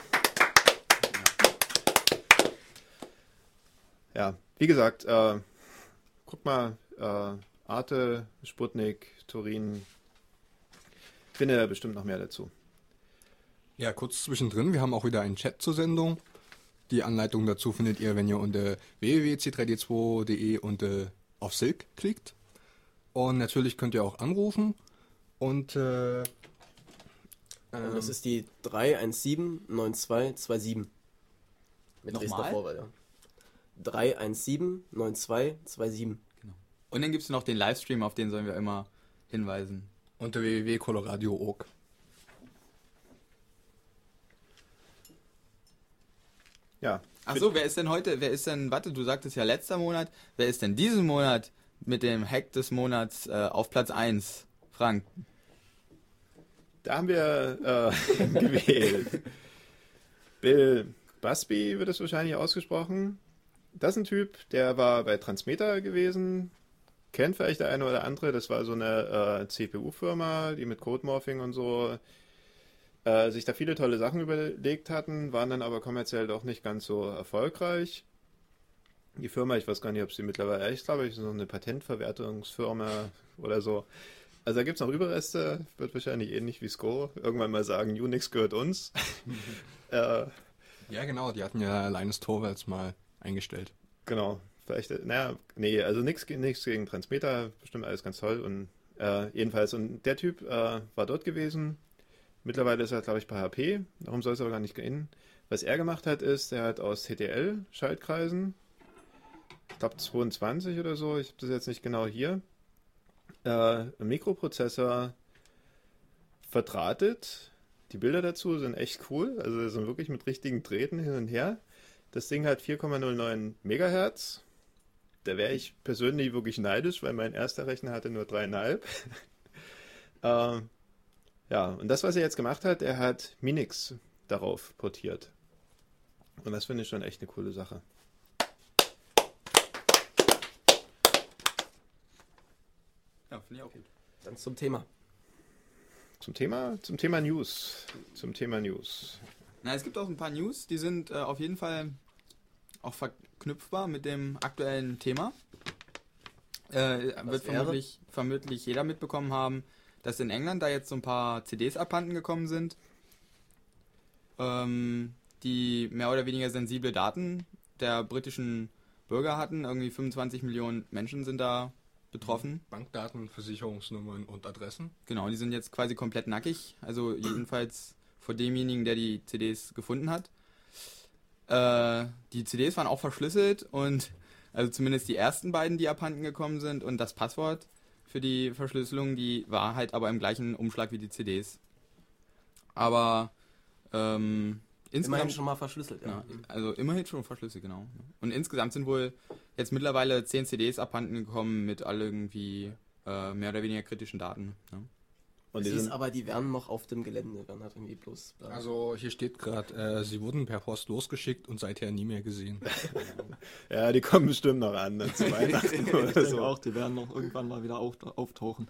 [SPEAKER 1] ja, wie gesagt, äh, guck mal, äh, Arte, Sputnik, Turin, finde da bestimmt noch mehr dazu.
[SPEAKER 3] Ja, kurz zwischendrin, wir haben auch wieder einen Chat zur Sendung. Die Anleitung dazu findet ihr, wenn ihr unter w w w punkt c drei d zwei punkt d e und äh, auf Silk klickt. Und natürlich könnt ihr auch anrufen. Und äh,
[SPEAKER 2] Und das ist die drei eins sieben neun zwei zwei sieben. Mit Dresdner
[SPEAKER 4] Nochmal?
[SPEAKER 2] Vorwahl, ja. drei eins sieben neun zwei zwei sieben.
[SPEAKER 4] Genau. Und dann gibt es noch den Livestream, auf den sollen wir immer hinweisen.
[SPEAKER 3] unter w w w punkt coloradio punkt org.
[SPEAKER 1] Ja.
[SPEAKER 4] Achso, wer ist denn heute, wer ist denn, warte, du sagtest ja letzter Monat, wer ist denn diesen Monat mit dem Hack des Monats äh, auf Platz eins? Frank.
[SPEAKER 1] Da haben wir äh, gewählt. Bill Busby wird es wahrscheinlich ausgesprochen. Das ist ein Typ, der war bei Transmeta gewesen. Kennt vielleicht der eine oder andere. Das war so eine äh, C P U-Firma, die mit Codemorphing und so äh, sich da viele tolle Sachen überlegt hatten, waren dann aber kommerziell doch nicht ganz so erfolgreich. Die Firma, ich weiß gar nicht, ob sie mittlerweile, ich glaube, ich ist noch eine Patentverwertungsfirma oder so. Also da gibt es noch Überreste, wird wahrscheinlich ähnlich wie Score. Irgendwann mal sagen, Unix gehört uns. äh,
[SPEAKER 3] Ja, genau, die hatten ja Linus Torvalds mal eingestellt.
[SPEAKER 1] Genau, vielleicht, naja, nee, also nichts nichts gegen Transmeta, bestimmt alles ganz toll. Und äh, jedenfalls, und der Typ äh, war dort gewesen. Mittlerweile ist er, glaube ich, bei H P. Darum soll es aber gar nicht gehen. Was er gemacht hat, ist, er hat aus T T L-Schaltkreisen, ich glaube zweiundzwanzig oder so, ich habe das jetzt nicht genau hier, äh, einen Mikroprozessor verdrahtet. Die Bilder dazu sind echt cool, also sind wirklich mit richtigen Drähten hin und her. Das Ding hat vier Komma null neun Megahertz. Da wäre ich persönlich wirklich neidisch, weil mein erster Rechner hatte nur drei Komma fünf. äh, ja, und das, was er jetzt gemacht hat, er hat Minix darauf portiert. Und das finde ich schon echt eine coole Sache.
[SPEAKER 4] Ja, finde ich auch gut.
[SPEAKER 2] Dann zum Thema.
[SPEAKER 1] Zum Thema, zum Thema News. Zum Thema News.
[SPEAKER 4] Na, es gibt auch ein paar News, die sind äh, auf jeden Fall auch verknüpfbar mit dem aktuellen Thema. Äh, wird vermutlich, vermutlich jeder mitbekommen haben, dass in England da jetzt so ein paar C Ds abhanden gekommen sind, ähm, die mehr oder weniger sensible Daten der britischen Bürger hatten. Irgendwie fünfundzwanzig Millionen Menschen sind da betroffen.
[SPEAKER 3] Bankdaten, Versicherungsnummern und Adressen.
[SPEAKER 4] Genau, die sind jetzt quasi komplett nackig. Also jedenfalls vor demjenigen, der die C Ds gefunden hat. Äh, die C Ds waren auch verschlüsselt und also zumindest die ersten beiden, die abhanden gekommen sind und das Passwort für die Verschlüsselung, die war halt aber im gleichen Umschlag wie die C Ds. Aber ähm, insgesamt
[SPEAKER 2] Immerhin schon mal verschlüsselt, ja.
[SPEAKER 4] ja, also immerhin schon verschlüsselt, genau. Und insgesamt sind wohl jetzt mittlerweile zehn C Ds abhanden gekommen mit all irgendwie äh, mehr oder weniger kritischen Daten. Ja.
[SPEAKER 1] Und
[SPEAKER 2] Es
[SPEAKER 1] die
[SPEAKER 2] hieß
[SPEAKER 1] sind,
[SPEAKER 2] aber, die wären noch auf dem Gelände, werden halt irgendwie bloß... Äh,
[SPEAKER 3] Also hier steht gerade, äh, sie wurden per Post losgeschickt und seither nie mehr gesehen.
[SPEAKER 1] ja, die kommen bestimmt noch an, dann zu Weihnachten
[SPEAKER 5] Ich
[SPEAKER 1] oder
[SPEAKER 5] denke
[SPEAKER 1] so.
[SPEAKER 5] auch, die werden noch irgendwann mal wieder auf, auftauchen.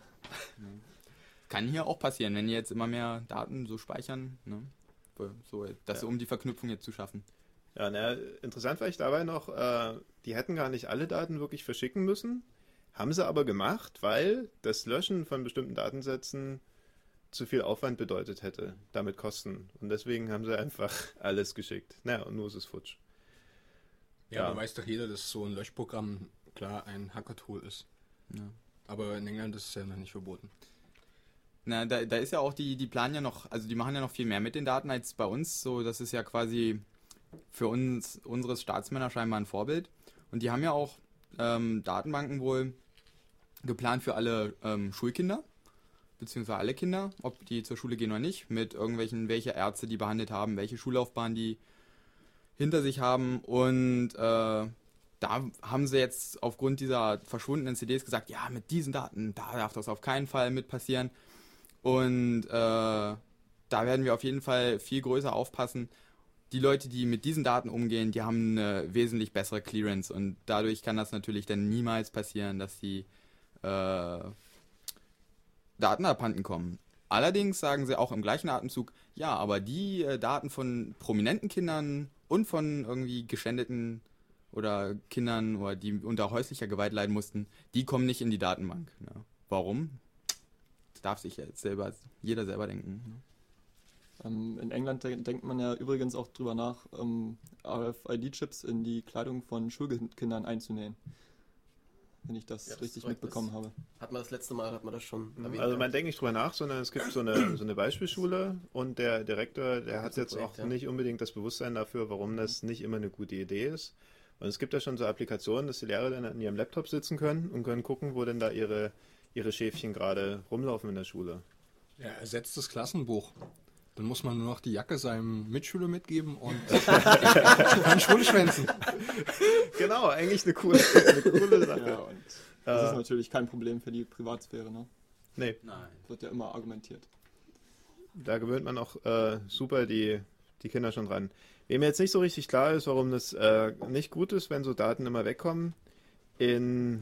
[SPEAKER 4] Kann hier auch passieren, wenn die jetzt immer mehr Daten so speichern, ne? So, das
[SPEAKER 1] Ja.
[SPEAKER 4] um die Verknüpfung jetzt zu schaffen.
[SPEAKER 1] Ja, na, interessant war ich dabei noch, äh, die hätten gar nicht alle Daten wirklich verschicken müssen, haben sie aber gemacht, weil das Löschen von bestimmten Datensätzen zu viel Aufwand bedeutet hätte, damit Kosten. Und deswegen haben sie einfach alles geschickt. Naja, und nur ist es futsch.
[SPEAKER 3] Ja,
[SPEAKER 1] Ja.
[SPEAKER 3] aber weiß doch jeder, dass so ein Löschprogramm klar ein Hacker-Tool ist.
[SPEAKER 4] Ja.
[SPEAKER 3] Aber in England ist es ja noch nicht verboten.
[SPEAKER 4] Na, da, da ist ja auch, die, die planen ja noch, also die machen ja noch viel mehr mit den Daten als bei uns. So, das ist ja quasi für uns, unsere Staatsmänner scheinbar ein Vorbild. Und die haben ja auch ähm, Datenbanken wohl geplant für alle ähm, Schulkinder, beziehungsweise alle Kinder, ob die zur Schule gehen oder nicht, mit irgendwelchen, welche Ärzte die behandelt haben, welche Schullaufbahn die hinter sich haben. Und äh, da haben sie jetzt aufgrund dieser verschwundenen C Ds gesagt, ja, mit diesen Daten, da darf das auf keinen Fall mit passieren. Und äh, da werden wir auf jeden Fall viel größer aufpassen. Die Leute, die mit diesen Daten umgehen, die haben eine wesentlich bessere Clearance und dadurch kann das natürlich dann niemals passieren, dass die äh, Daten abhanden kommen. Allerdings sagen sie auch im gleichen Atemzug, ja, aber die äh, Daten von prominenten Kindern und von irgendwie geschändeten oder Kindern oder die unter häuslicher Gewalt leiden mussten, die kommen nicht in die Datenbank. Ja. Warum? Das darf sich jetzt selber, jeder selber denken. Ne?
[SPEAKER 5] Ähm, in England de denkt man ja übrigens auch drüber nach, ähm, R F I D-Chips in die Kleidung von Schulkindern einzunähen. Wenn ich das
[SPEAKER 2] Ja, das
[SPEAKER 5] richtig
[SPEAKER 2] ist korrekt.
[SPEAKER 5] mitbekommen
[SPEAKER 2] Das-
[SPEAKER 5] habe.
[SPEAKER 2] Hat man das letzte Mal, hat man das schon erwähnt.
[SPEAKER 1] Also
[SPEAKER 2] ja.
[SPEAKER 1] man denkt nicht drüber nach, sondern es gibt so eine, so eine Beispielschule und der Direktor, der hat
[SPEAKER 2] ist ein
[SPEAKER 1] jetzt
[SPEAKER 2] Projekt,
[SPEAKER 1] auch
[SPEAKER 2] ja.
[SPEAKER 1] nicht unbedingt das Bewusstsein dafür, warum das nicht immer eine gute Idee ist. Und es gibt ja schon so Applikationen, dass die Lehrer dann an ihrem Laptop sitzen können und können gucken, wo denn da ihre, ihre Schäfchen gerade rumlaufen in der Schule.
[SPEAKER 3] Ja, ersetzt das Klassenbuch. Dann muss man nur noch die Jacke seinem Mitschüler mitgeben und kann Schule schwänzen.
[SPEAKER 1] Genau, eigentlich eine coole, eine coole Sache.
[SPEAKER 5] Ja, und das
[SPEAKER 1] Äh.
[SPEAKER 5] ist natürlich kein Problem für die Privatsphäre, ne?
[SPEAKER 1] Nee,
[SPEAKER 4] Nein.
[SPEAKER 5] Wird ja immer argumentiert.
[SPEAKER 1] da gewöhnt man auch äh, super die, die Kinder schon dran. Wem jetzt nicht so richtig klar ist, warum das äh, nicht gut ist, wenn so Daten immer wegkommen, in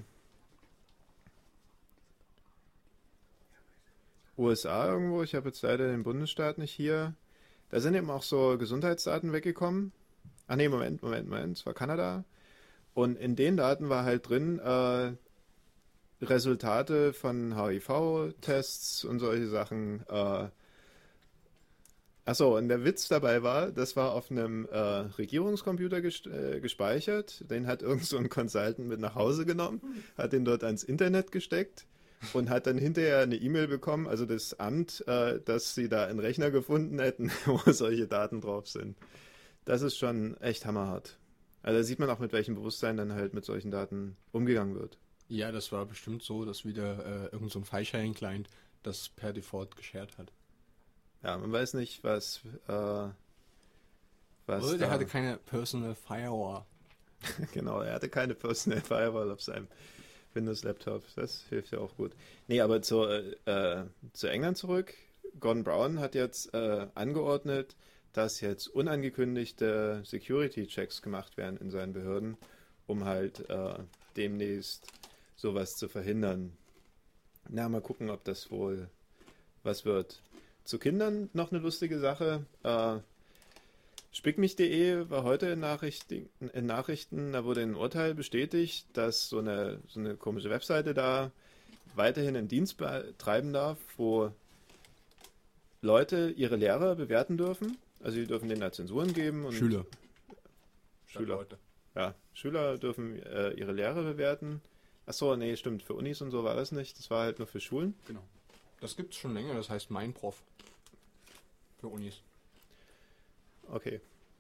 [SPEAKER 1] U S A irgendwo, ich habe jetzt leider den Bundesstaat nicht hier, da sind eben auch so Gesundheitsdaten weggekommen. Ach nee, Moment, Moment, Moment, es war Kanada. Und in den Daten war halt drin äh, Resultate von H I V-Tests und solche Sachen. Äh, Achso, und der Witz dabei war, das war auf einem äh, Regierungscomputer gest- äh, gespeichert. Den hat irgend so ein Consultant mit nach Hause genommen, hat den dort ans Internet gesteckt und hat dann hinterher eine E-Mail bekommen, also das Amt, äh, dass sie da einen Rechner gefunden hätten, wo solche Daten drauf sind. Das ist schon echt hammerhart. Also da sieht man auch, mit welchem Bewusstsein dann halt mit solchen Daten umgegangen wird.
[SPEAKER 3] Ja, das war bestimmt so, dass wieder äh, irgend so ein File-Sharing-Client das per Default geshared hat.
[SPEAKER 1] Ja, man weiß nicht, was... Äh, was
[SPEAKER 3] Oder der
[SPEAKER 1] da-
[SPEAKER 3] hatte keine Personal Firewall.
[SPEAKER 1] Genau, er hatte keine Personal Firewall auf seinem Windows-Laptop. Das hilft ja auch gut. Nee, aber zu, äh, zu England zurück. Gordon Brown hat jetzt äh, angeordnet, dass jetzt unangekündigte Security-Checks gemacht werden in seinen Behörden, um halt äh, demnächst sowas zu verhindern. Na, mal gucken, ob das wohl was wird. Zu Kindern noch eine lustige Sache. Äh, Spickmich punkt de war heute in Nachrichten, in Nachrichten, da wurde ein Urteil bestätigt, dass so eine, so eine komische Webseite da weiterhin einen Dienst betreiben darf, wo Leute ihre Lehrer bewerten dürfen. Also die dürfen denen da Zensuren geben. Und
[SPEAKER 3] Schüler.
[SPEAKER 1] Schüler.
[SPEAKER 3] Leute.
[SPEAKER 1] Ja, Schüler dürfen äh, ihre Lehrer bewerten. Achso, nee, stimmt, für Unis und so war das nicht. Das war halt nur für Schulen.
[SPEAKER 3] Genau. Das gibt's schon länger, das heißt Mein Prof. Für Unis.
[SPEAKER 1] Okay.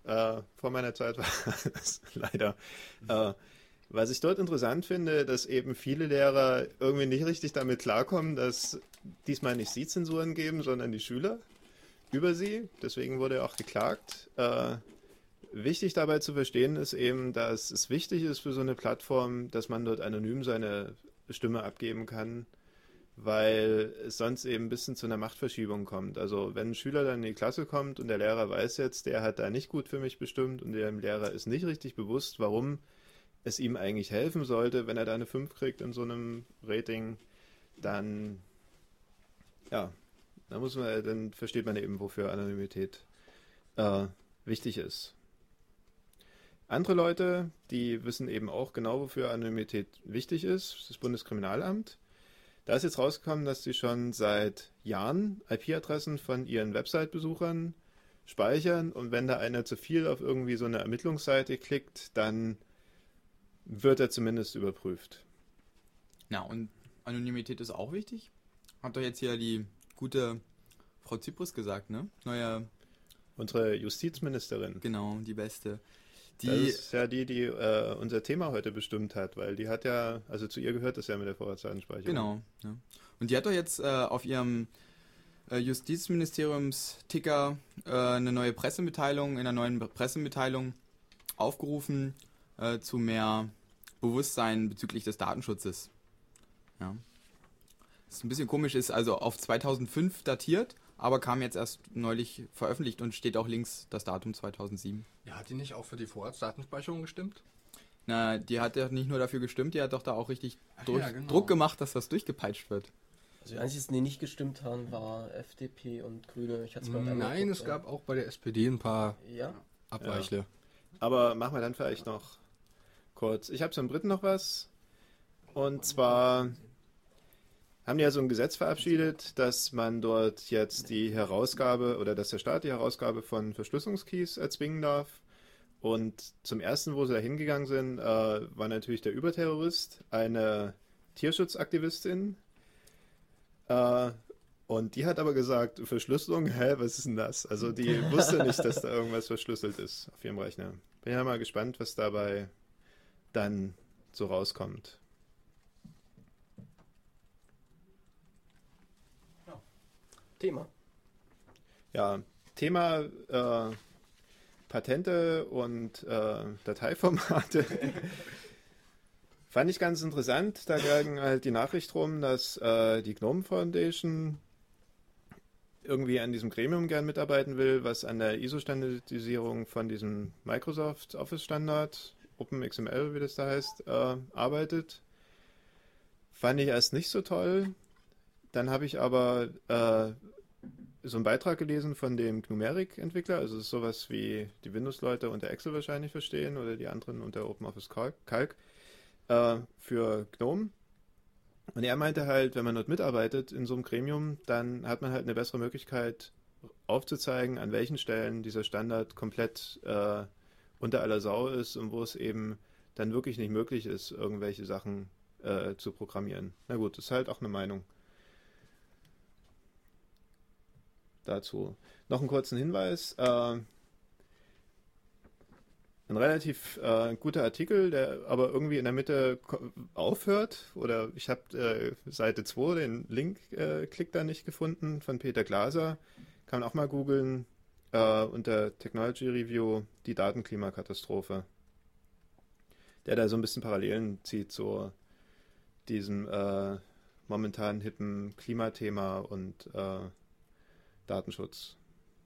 [SPEAKER 1] Äh, vor meiner Zeit war das leider. Äh, was ich dort interessant finde, dass eben viele Lehrer irgendwie nicht richtig damit klarkommen, dass diesmal nicht sie Zensuren geben, sondern die Schüler über sie. Deswegen wurde auch geklagt. Äh, wichtig dabei zu verstehen ist eben, dass es wichtig ist für so eine Plattform, dass man dort anonym seine Stimme abgeben kann, weil es sonst eben ein bisschen zu einer Machtverschiebung kommt. Also wenn ein Schüler dann in die Klasse kommt und der Lehrer weiß jetzt, der hat da nicht gut für mich bestimmt und dem Lehrer ist nicht richtig bewusst, warum es ihm eigentlich helfen sollte, wenn er da eine fünf kriegt in so einem Rating, dann ja, dann muss man, dann versteht man eben, wofür Anonymität äh, wichtig ist. Andere Leute, die wissen eben auch genau, wofür Anonymität wichtig ist, das Bundeskriminalamt. Da ist jetzt rausgekommen, dass sie schon seit Jahren I P-Adressen von ihren Website-Besuchern speichern und wenn da einer zu viel auf irgendwie so eine Ermittlungsseite klickt, dann wird er zumindest überprüft.
[SPEAKER 4] Ja, und Anonymität ist auch wichtig. Hat doch jetzt hier die gute Frau Zypris gesagt, ne? Neue.
[SPEAKER 1] Unsere Justizministerin.
[SPEAKER 4] Genau, die beste. Die,
[SPEAKER 1] das ist ja die, die äh, unser Thema heute bestimmt hat, weil die hat ja, also zu ihr gehört das ja mit der Vorratsdatenspeicherung.
[SPEAKER 4] Genau. Ja. Und die hat doch jetzt äh, auf ihrem äh, Justizministeriums-Ticker äh, eine neue Pressemitteilung, in einer neuen Pressemitteilung aufgerufen äh, zu mehr Bewusstsein bezüglich des Datenschutzes. Ja. Das ist ein bisschen komisch, ist also auf zweitausendfünf datiert, aber kam jetzt erst neulich veröffentlicht und steht auch links das Datum zweitausendsieben.
[SPEAKER 3] Ja, hat die nicht auch für die Vorratsdatenspeicherung gestimmt?
[SPEAKER 4] Na, die hat ja nicht nur dafür gestimmt, die hat doch da auch richtig
[SPEAKER 3] Ach
[SPEAKER 4] durch,
[SPEAKER 3] ja, genau.
[SPEAKER 4] Druck gemacht, dass das durchgepeitscht wird.
[SPEAKER 2] Also die einzigen, die nicht gestimmt haben, war F D P und Grüne. Ich hatte es mal
[SPEAKER 3] Nein,
[SPEAKER 2] angeguckt,
[SPEAKER 3] es
[SPEAKER 2] ja.
[SPEAKER 3] gab auch bei der S P D ein paar
[SPEAKER 2] Ja,
[SPEAKER 3] Abweichle.
[SPEAKER 1] Aber machen wir dann vielleicht noch kurz. Ich habe zum Dritten noch was. Und zwar haben die ja so ein Gesetz verabschiedet, dass man dort jetzt die Herausgabe oder dass der Staat die Herausgabe von Verschlüsselungskeys erzwingen darf. Und zum ersten, wo sie da hingegangen sind, äh, war natürlich der Überterrorist, eine Tierschutzaktivistin. Äh, und die hat aber gesagt, Verschlüsselung, hä, was ist denn das? Also die wusste nicht, dass da irgendwas verschlüsselt ist auf ihrem Rechner. Bin ja mal gespannt, was dabei dann so rauskommt.
[SPEAKER 2] Thema.
[SPEAKER 1] Ja, Thema äh, Patente und äh, Dateiformate. Fand ich ganz interessant. Da ging halt die Nachricht rum, dass äh, die GNOME Foundation irgendwie an diesem Gremium gern mitarbeiten will, was an der I S O-Standardisierung von diesem Microsoft Office-Standard, OpenXML, wie das da heißt, äh, arbeitet. Fand ich erst nicht so toll. Dann habe ich aber äh, so einen Beitrag gelesen von dem Gnumeric-Entwickler, also es ist sowas wie die Windows-Leute unter Excel wahrscheinlich verstehen oder die anderen unter OpenOffice Calc, äh, für GNOME. Und er meinte halt, wenn man dort mitarbeitet in so einem Gremium, dann hat man halt eine bessere Möglichkeit aufzuzeigen, an welchen Stellen dieser Standard komplett äh, unter aller Sau ist und wo es eben dann wirklich nicht möglich ist, irgendwelche Sachen äh, zu programmieren. Na gut, das ist halt auch eine Meinung dazu. Noch einen kurzen Hinweis. Äh, ein relativ äh, guter Artikel, der aber irgendwie in der Mitte aufhört. Oder ich habe äh, Seite zwei, den Link äh, klick da nicht gefunden, von Peter Glaser. Kann man auch mal googeln. Äh, unter Technology Review, die Datenklimakatastrophe. Der da so ein bisschen Parallelen zieht zu diesem äh, momentan hippen Klimathema und äh, Datenschutz.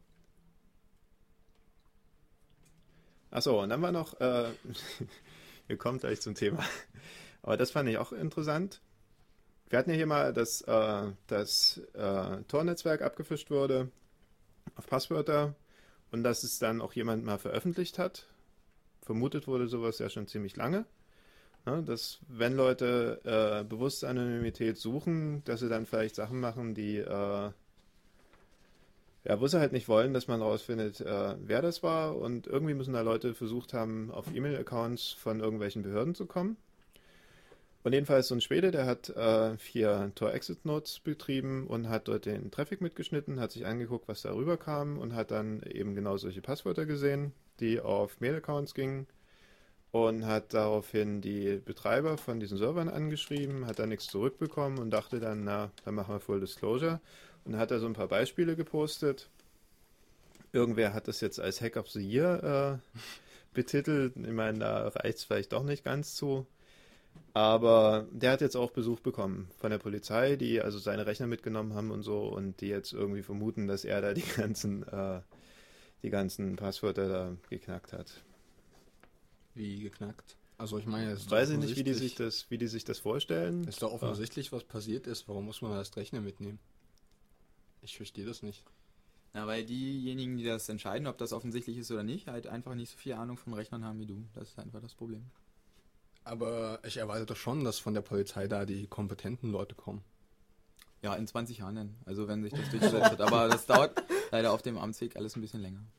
[SPEAKER 1] Achso, und dann war noch, äh, wir kommen gleich zum Thema, aber das fand ich auch interessant. Wir hatten ja hier mal, dass äh, das äh, Tor-Netzwerk abgefischt wurde auf Passwörter und dass es dann auch jemand mal veröffentlicht hat. Vermutet wurde sowas ja schon ziemlich lange. Ja, dass wenn Leute äh, bewusst Anonymität suchen, dass sie dann vielleicht Sachen machen, die äh, ja, wo sie halt nicht wollen, dass man rausfindet, äh, wer das war. Und irgendwie müssen da Leute versucht haben, auf E-Mail-Accounts von irgendwelchen Behörden zu kommen. Und jedenfalls so ein Schwede, der hat äh, vier Tor-Exit-Nodes betrieben und hat dort den Traffic mitgeschnitten, hat sich angeguckt, was da rüberkam und hat dann eben genau solche Passwörter gesehen. die auf Mail-Accounts gingen und hat daraufhin die Betreiber von diesen Servern angeschrieben, hat dann nichts zurückbekommen und dachte dann, na, dann machen wir Full Disclosure. Und dann hat er so ein paar Beispiele gepostet. Irgendwer hat das jetzt als Hack of the Year äh, betitelt. Ich meine, da reicht es vielleicht doch nicht ganz zu. Aber der hat jetzt auch Besuch bekommen von der Polizei, die also seine Rechner mitgenommen haben und so und die jetzt irgendwie vermuten, dass er da die ganzen, äh, die ganzen Passwörter da geknackt hat.
[SPEAKER 3] Wie geknackt? Also ich meine, es ist
[SPEAKER 1] Weiß ich nicht, wie die sich das, wie die sich das vorstellen.
[SPEAKER 3] Ist doch offensichtlich, was passiert ist. Warum muss man das Rechner mitnehmen? Ich verstehe das nicht.
[SPEAKER 4] Na, weil diejenigen, die das entscheiden, ob das offensichtlich ist oder nicht, halt einfach nicht so viel Ahnung von Rechnern haben wie du. Das ist einfach das Problem.
[SPEAKER 3] Aber ich erwarte doch schon, dass von der Polizei da die kompetenten Leute kommen.
[SPEAKER 4] Ja, in zwanzig Jahren dann. Also wenn sich das durchgesetzt hat. Aber das dauert leider auf dem Amtsweg alles ein bisschen länger.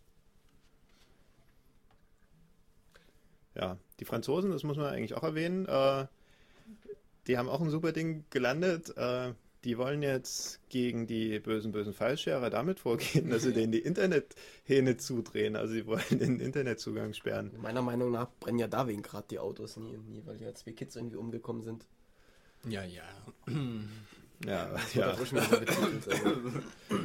[SPEAKER 1] Ja, die Franzosen, das muss man eigentlich auch erwähnen, äh, die haben auch ein super Ding gelandet. Äh, die wollen jetzt gegen die bösen, bösen Fallscherer damit vorgehen, dass sie denen die Internethähne zudrehen. Also sie wollen den Internetzugang sperren.
[SPEAKER 2] Meiner Meinung nach brennen ja da wegen gerade die Autos nie, nie, weil ja zwei Kids irgendwie umgekommen sind.
[SPEAKER 3] Ja, ja.
[SPEAKER 1] Ja,
[SPEAKER 2] Das
[SPEAKER 1] ja.
[SPEAKER 2] wird auch schon wieder so betitelt, also.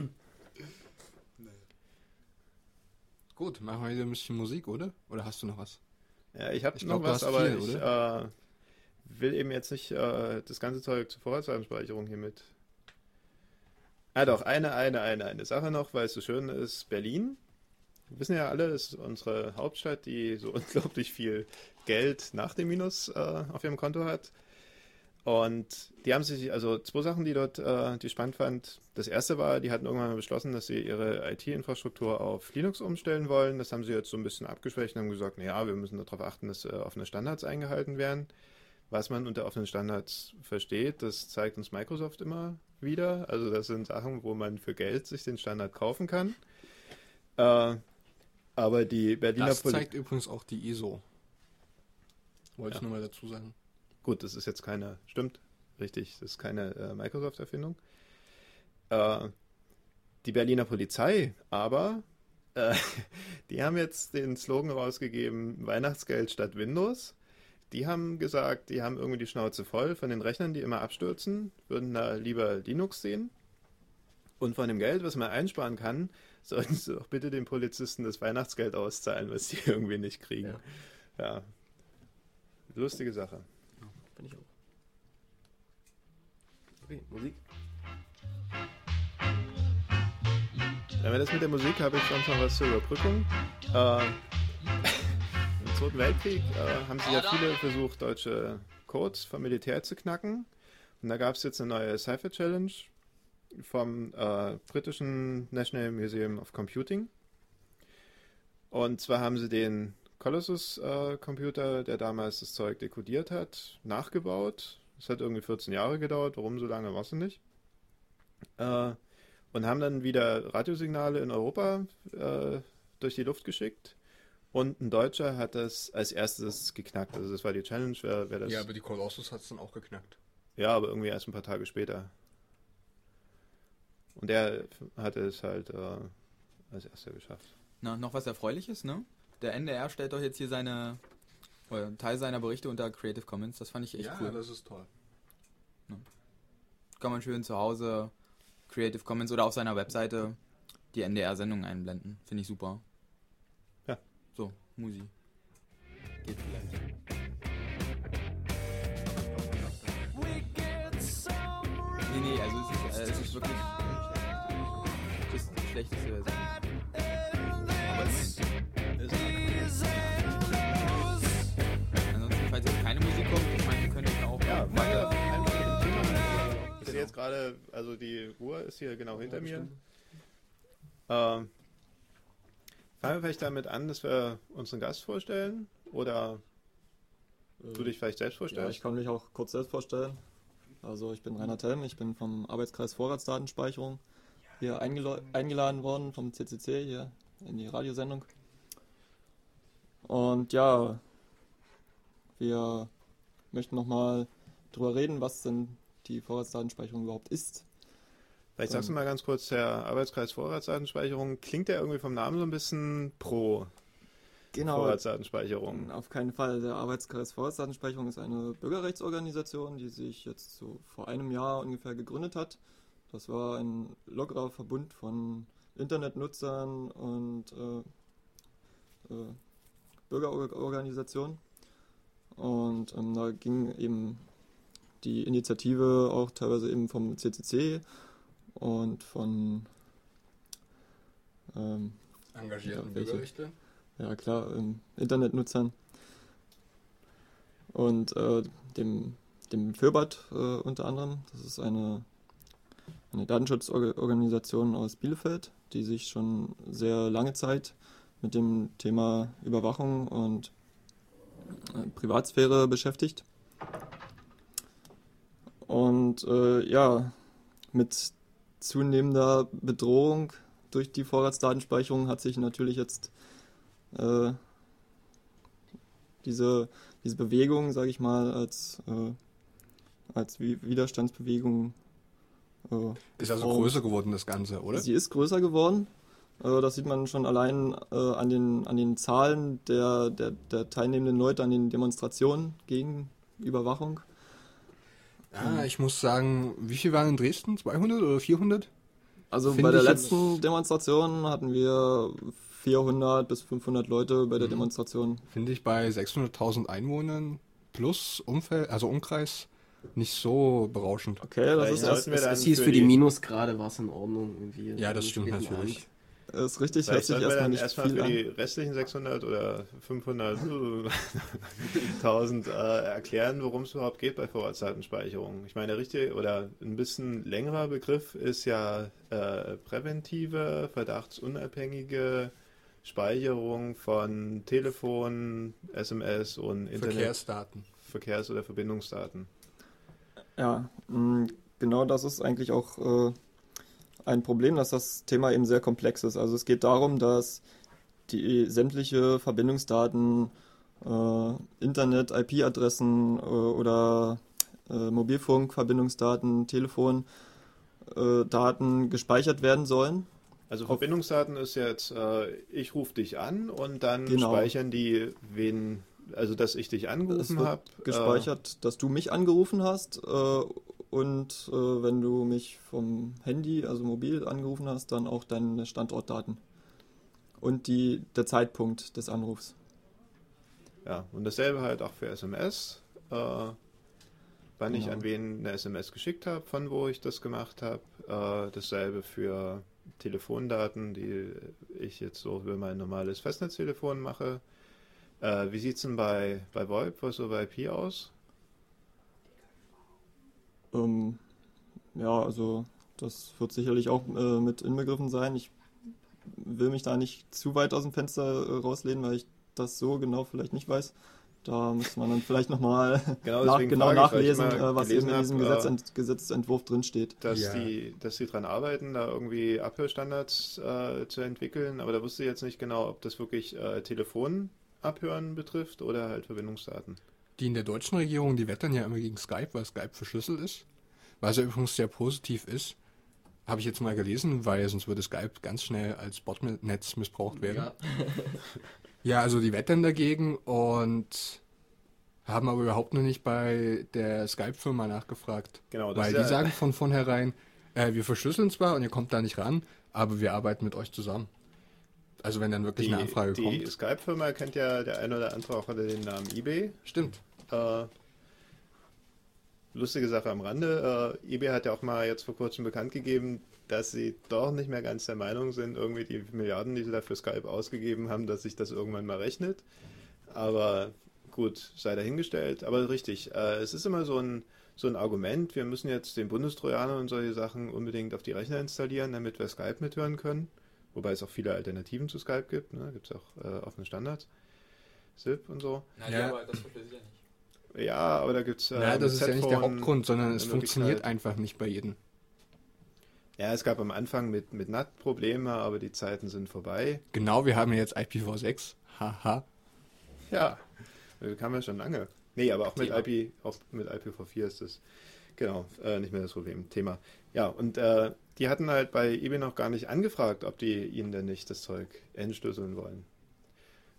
[SPEAKER 3] Gut, machen wir wieder ein bisschen Musik, oder? Oder hast du noch was?
[SPEAKER 1] Ja, ich habe
[SPEAKER 3] Ich
[SPEAKER 1] noch
[SPEAKER 3] glaub, du
[SPEAKER 1] was,
[SPEAKER 3] hast
[SPEAKER 1] aber
[SPEAKER 3] viel,
[SPEAKER 1] ich äh, will eben jetzt nicht äh, das ganze Zeug zur Vorratsdatenspeicherung hier mit. Ah doch, eine, eine, eine, eine Sache noch, weil es so schön ist, Berlin. Wir wissen ja alle, es ist unsere Hauptstadt, die so unglaublich viel Geld nach dem Minus äh, auf ihrem Konto hat. Und die haben sich, also zwei Sachen, die dort, äh, die ich spannend fand. Das erste war, die hatten irgendwann mal beschlossen, dass sie ihre I T-Infrastruktur auf Linux umstellen wollen. Das haben sie jetzt so ein bisschen abgeschwächt und haben gesagt, naja, wir müssen darauf achten, dass äh, offene Standards eingehalten werden. Was man unter offenen Standards versteht, das zeigt uns Microsoft immer wieder. Also das sind Sachen, wo man für Geld sich den Standard kaufen kann. Äh, aber die Berliner
[SPEAKER 3] Das
[SPEAKER 1] Poli-
[SPEAKER 3] zeigt übrigens auch die I S O. Wollte
[SPEAKER 1] Ja.
[SPEAKER 3] ich nur mal dazu sagen.
[SPEAKER 1] Gut, das ist jetzt keine, stimmt, richtig, das ist keine äh, Microsoft-Erfindung. Äh, die Berliner Polizei aber, äh, die haben jetzt den Slogan rausgegeben, Weihnachtsgeld statt Windows. Die haben gesagt, die haben irgendwie die Schnauze voll von den Rechnern, die immer abstürzen, würden da lieber Linux sehen. Und von dem Geld, was man einsparen kann, sollten sie doch bitte den Polizisten das Weihnachtsgeld auszahlen, was sie irgendwie nicht kriegen. Ja, ja. Lustige Sache.
[SPEAKER 2] Finde ich auch. Okay, Musik.
[SPEAKER 1] Wenn wir das mit der Musik, habe ich sonst noch was zur Überbrückung. Äh, Im Zweiten Weltkrieg äh, haben sich ja viele versucht, deutsche Codes vom Militär zu knacken. Und da gab es jetzt eine neue Cypher-Challenge vom äh, britischen National Museum of Computing. Und zwar haben sie den Colossus-Computer, äh, der damals das Zeug dekodiert hat, nachgebaut. Das hat irgendwie vierzehn Jahre gedauert. Warum so lange, weiß ich nicht. Äh, und haben dann wieder Radiosignale in Europa äh, durch die Luft geschickt. Und ein Deutscher hat das als erstes geknackt. Also das war die Challenge, wer, wer das...
[SPEAKER 3] Ja, aber die Colossus hat es dann auch geknackt.
[SPEAKER 1] Ja, aber irgendwie erst ein paar Tage später. Und der hatte es halt äh, als erster geschafft.
[SPEAKER 4] Na, noch was Erfreuliches, ne? Der N D R stellt doch jetzt hier seine, oder einen Teil seiner Berichte unter Creative Commons. Das fand ich echt
[SPEAKER 3] ja,
[SPEAKER 4] cool.
[SPEAKER 3] das ist toll.
[SPEAKER 4] Kann man schön zu Hause Creative Commons oder auf seiner Webseite die N D R-Sendungen einblenden. Finde ich super.
[SPEAKER 1] Ja.
[SPEAKER 4] So, Musi. Geht vielleicht. Nee, nee, also es ist, äh, es ist wirklich das ist die schlechteste Version. Aber es ist, ansonsten, falls jetzt keine Musik kommt, ich meine, wir können jetzt auch
[SPEAKER 1] Ja, fangen wir
[SPEAKER 4] weiter.
[SPEAKER 1] einfach mit dem Thema an. Ich sehe jetzt gerade, also die Uhr ist hier genau hinter mir. Ähm, fangen wir vielleicht damit an, dass wir unseren Gast vorstellen? Oder du dich vielleicht selbst
[SPEAKER 5] Ja,
[SPEAKER 1] vorstellst?
[SPEAKER 5] ich kann mich auch kurz selbst vorstellen. Also ich bin Rainer Tellm, ich bin vom Arbeitskreis Vorratsdatenspeicherung hier eingela- eingeladen worden vom C C C hier in die Radiosendung. Und ja, wir möchten nochmal drüber reden, was denn die Vorratsdatenspeicherung überhaupt ist.
[SPEAKER 1] Vielleicht sagst du mal ganz kurz, der Arbeitskreis Vorratsdatenspeicherung, klingt der irgendwie vom Namen so ein bisschen pro?
[SPEAKER 5] Genau.
[SPEAKER 1] Vorratsdatenspeicherung.
[SPEAKER 5] Auf keinen Fall. Der Arbeitskreis Vorratsdatenspeicherung ist eine Bürgerrechtsorganisation, die sich jetzt so vor einem Jahr ungefähr gegründet hat. Das war ein lockerer Verbund von Internetnutzern und äh, äh, Bürgerorganisationen. Und ähm, da ging eben die Initiative auch teilweise eben vom C C C und von ähm,
[SPEAKER 3] Engagierten
[SPEAKER 5] ja, welche?
[SPEAKER 3] Bürgerrechte.
[SPEAKER 5] Ja klar, ähm, Internetnutzern und äh, dem, dem Föbat äh, unter anderem. Das ist eine, eine Datenschutzorganisation aus Bielefeld, die sich schon sehr lange Zeit mit dem Thema Überwachung und äh, Privatsphäre beschäftigt. Und äh, ja, mit zunehmender Bedrohung durch die Vorratsdatenspeicherung hat sich natürlich jetzt äh, diese, diese Bewegung, sage ich mal, als, äh, als Widerstandsbewegung äh,
[SPEAKER 3] Ist also
[SPEAKER 5] geformt.
[SPEAKER 3] größer geworden, das Ganze, oder?
[SPEAKER 5] Sie ist größer geworden. Äh, das sieht man schon allein äh, an, den, an den Zahlen der, der, der teilnehmenden Leute an den Demonstrationen gegen Überwachung.
[SPEAKER 3] Ja, ich muss sagen, wie viel waren in Dresden? zweihundert oder vierhundert?
[SPEAKER 5] Also
[SPEAKER 3] Finde
[SPEAKER 5] bei der
[SPEAKER 3] ich
[SPEAKER 5] letzten
[SPEAKER 3] jetzt-
[SPEAKER 5] Demonstration hatten wir vierhundert bis fünfhundert Leute bei der
[SPEAKER 3] Mhm.
[SPEAKER 5] Demonstration.
[SPEAKER 3] Finde ich bei sechshunderttausend Einwohnern plus Umfeld, also Umkreis, nicht so berauschend.
[SPEAKER 5] Okay, das
[SPEAKER 1] Vielleicht
[SPEAKER 5] ist,
[SPEAKER 1] sollten
[SPEAKER 5] erst,
[SPEAKER 1] wir
[SPEAKER 2] Es,
[SPEAKER 1] dann
[SPEAKER 2] es hieß
[SPEAKER 1] für
[SPEAKER 2] für die
[SPEAKER 1] die-
[SPEAKER 2] Minusgrade war es in Ordnung. Irgendwie.
[SPEAKER 3] Ja, das
[SPEAKER 2] Im
[SPEAKER 3] stimmt
[SPEAKER 2] späten
[SPEAKER 3] natürlich.
[SPEAKER 2] Abend.
[SPEAKER 5] ist richtig, hört
[SPEAKER 1] Vielleicht
[SPEAKER 5] sich
[SPEAKER 1] sollten wir
[SPEAKER 5] erstmal
[SPEAKER 1] dann
[SPEAKER 5] nicht
[SPEAKER 1] erstmal
[SPEAKER 5] viel
[SPEAKER 1] für
[SPEAKER 5] an.
[SPEAKER 1] die restlichen sechshundert oder fünfhunderttausend äh, erklären, worum es überhaupt geht bei Vorratsdatenspeicherung. Ich meine, richtig oder ein bisschen längerer Begriff ist ja äh, präventive, verdachtsunabhängige Speicherung von Telefon, S M S und Internet,
[SPEAKER 3] Verkehrsdaten.
[SPEAKER 1] Verkehrs- oder Verbindungsdaten.
[SPEAKER 5] Ja, mh, genau das ist eigentlich auch äh, ein Problem, dass das Thema eben sehr komplex ist. Also es geht darum, dass die sämtliche Verbindungsdaten, äh, Internet, I P-Adressen äh, oder äh, Mobilfunkverbindungsdaten, Telefondaten äh, Daten gespeichert werden sollen.
[SPEAKER 1] Also
[SPEAKER 5] Auf-
[SPEAKER 1] Verbindungsdaten ist jetzt, äh, ich rufe dich an und dann
[SPEAKER 5] Genau.
[SPEAKER 1] speichern die, wen, also dass ich dich
[SPEAKER 5] Es
[SPEAKER 1] angerufen
[SPEAKER 5] wird
[SPEAKER 1] habe.
[SPEAKER 5] gespeichert, dass du mich angerufen hast äh, und äh, wenn du mich vom Handy, also mobil angerufen hast, dann auch deine Standortdaten und die, der Zeitpunkt des Anrufs.
[SPEAKER 1] Äh, ja, und dasselbe halt auch für S M S. Äh, wann ich
[SPEAKER 5] Genau.
[SPEAKER 1] an wen eine S M S geschickt habe, von wo ich das gemacht habe. Äh, dasselbe für Telefondaten, die ich jetzt so über mein normales Festnetztelefon mache. Äh, wie sieht es denn bei, bei VoIP, was über I P aus?
[SPEAKER 5] Ähm, ja, also das wird sicherlich auch äh, mit inbegriffen sein. Ich will mich da nicht zu weit aus dem Fenster äh, rauslehnen, weil ich das so genau vielleicht nicht weiß. Da muss man dann vielleicht nochmal
[SPEAKER 1] Genau,
[SPEAKER 5] nach,
[SPEAKER 1] deswegen
[SPEAKER 5] genau
[SPEAKER 1] frage ich, weil ich
[SPEAKER 5] nachlesen,
[SPEAKER 1] mal
[SPEAKER 5] äh, was
[SPEAKER 1] gelesen
[SPEAKER 5] eben in diesem
[SPEAKER 1] hab, äh,
[SPEAKER 5] Gesetzent Gesetzentwurf drinsteht.
[SPEAKER 1] Dass,
[SPEAKER 3] Ja.
[SPEAKER 1] die, dass die dran arbeiten, da irgendwie Abhörstandards äh, zu entwickeln, aber da wusste ich jetzt nicht genau, ob das wirklich äh, Telefonabhören betrifft oder halt Verbindungsdaten.
[SPEAKER 3] Die in der deutschen Regierung, die wettern ja immer gegen Skype, weil Skype verschlüsselt ist. Was ja übrigens sehr positiv ist. Habe ich jetzt mal gelesen, weil sonst würde Skype ganz schnell als Botnetz missbraucht werden.
[SPEAKER 2] Ja.
[SPEAKER 3] Ja, also die wettern dagegen und haben aber überhaupt noch nicht bei der Skype-Firma nachgefragt.
[SPEAKER 1] Genau, das
[SPEAKER 3] Weil
[SPEAKER 1] ist
[SPEAKER 3] die
[SPEAKER 1] ja-
[SPEAKER 3] sagen von vornherein, äh, wir verschlüsseln zwar und ihr kommt da nicht ran, aber wir arbeiten mit euch zusammen. Also wenn dann wirklich
[SPEAKER 1] Die,
[SPEAKER 3] eine Anfrage
[SPEAKER 1] die
[SPEAKER 3] kommt.
[SPEAKER 1] Skype-Firma kennt ja der eine oder andere auch unter den Namen eBay.
[SPEAKER 3] Stimmt.
[SPEAKER 1] Äh, lustige Sache am Rande. Äh, eBay hat ja auch mal jetzt vor kurzem bekannt gegeben, dass sie doch nicht mehr ganz der Meinung sind, irgendwie die Milliarden, die sie da für Skype ausgegeben haben, dass sich das irgendwann mal rechnet. Aber gut, sei dahingestellt. Aber richtig, äh, es ist immer so ein, so ein Argument, wir müssen jetzt den Bundestrojaner und solche Sachen unbedingt auf die Rechner installieren, damit wir Skype mithören können. Wobei es auch viele Alternativen zu Skype gibt. Ne? Gibt es auch äh, offene Standards. S I P und so.
[SPEAKER 4] Na,
[SPEAKER 3] Ja.
[SPEAKER 4] aber das verschlüsselt ja nicht.
[SPEAKER 1] Ja, aber da gibt es. Äh,
[SPEAKER 3] Ja, das
[SPEAKER 1] mit
[SPEAKER 3] ist ja nicht der
[SPEAKER 1] Z-Phone
[SPEAKER 3] Hauptgrund, sondern
[SPEAKER 1] eine
[SPEAKER 3] es funktioniert
[SPEAKER 1] Möglichkeit.
[SPEAKER 3] einfach nicht bei jedem.
[SPEAKER 1] Ja, es gab am Anfang mit, mit N A T Probleme, aber die Zeiten sind vorbei.
[SPEAKER 3] Genau, wir haben ja jetzt I P v sechs. Haha.
[SPEAKER 1] Ja, das kam ja schon lange. Nee, aber auch mit
[SPEAKER 2] Thema.
[SPEAKER 1] I P, auch mit I P v vier ist das, genau, äh, nicht mehr das Problem. Thema. Ja, und äh, die hatten halt bei eBay noch gar nicht angefragt, ob die ihnen denn nicht das Zeug entschlüsseln wollen.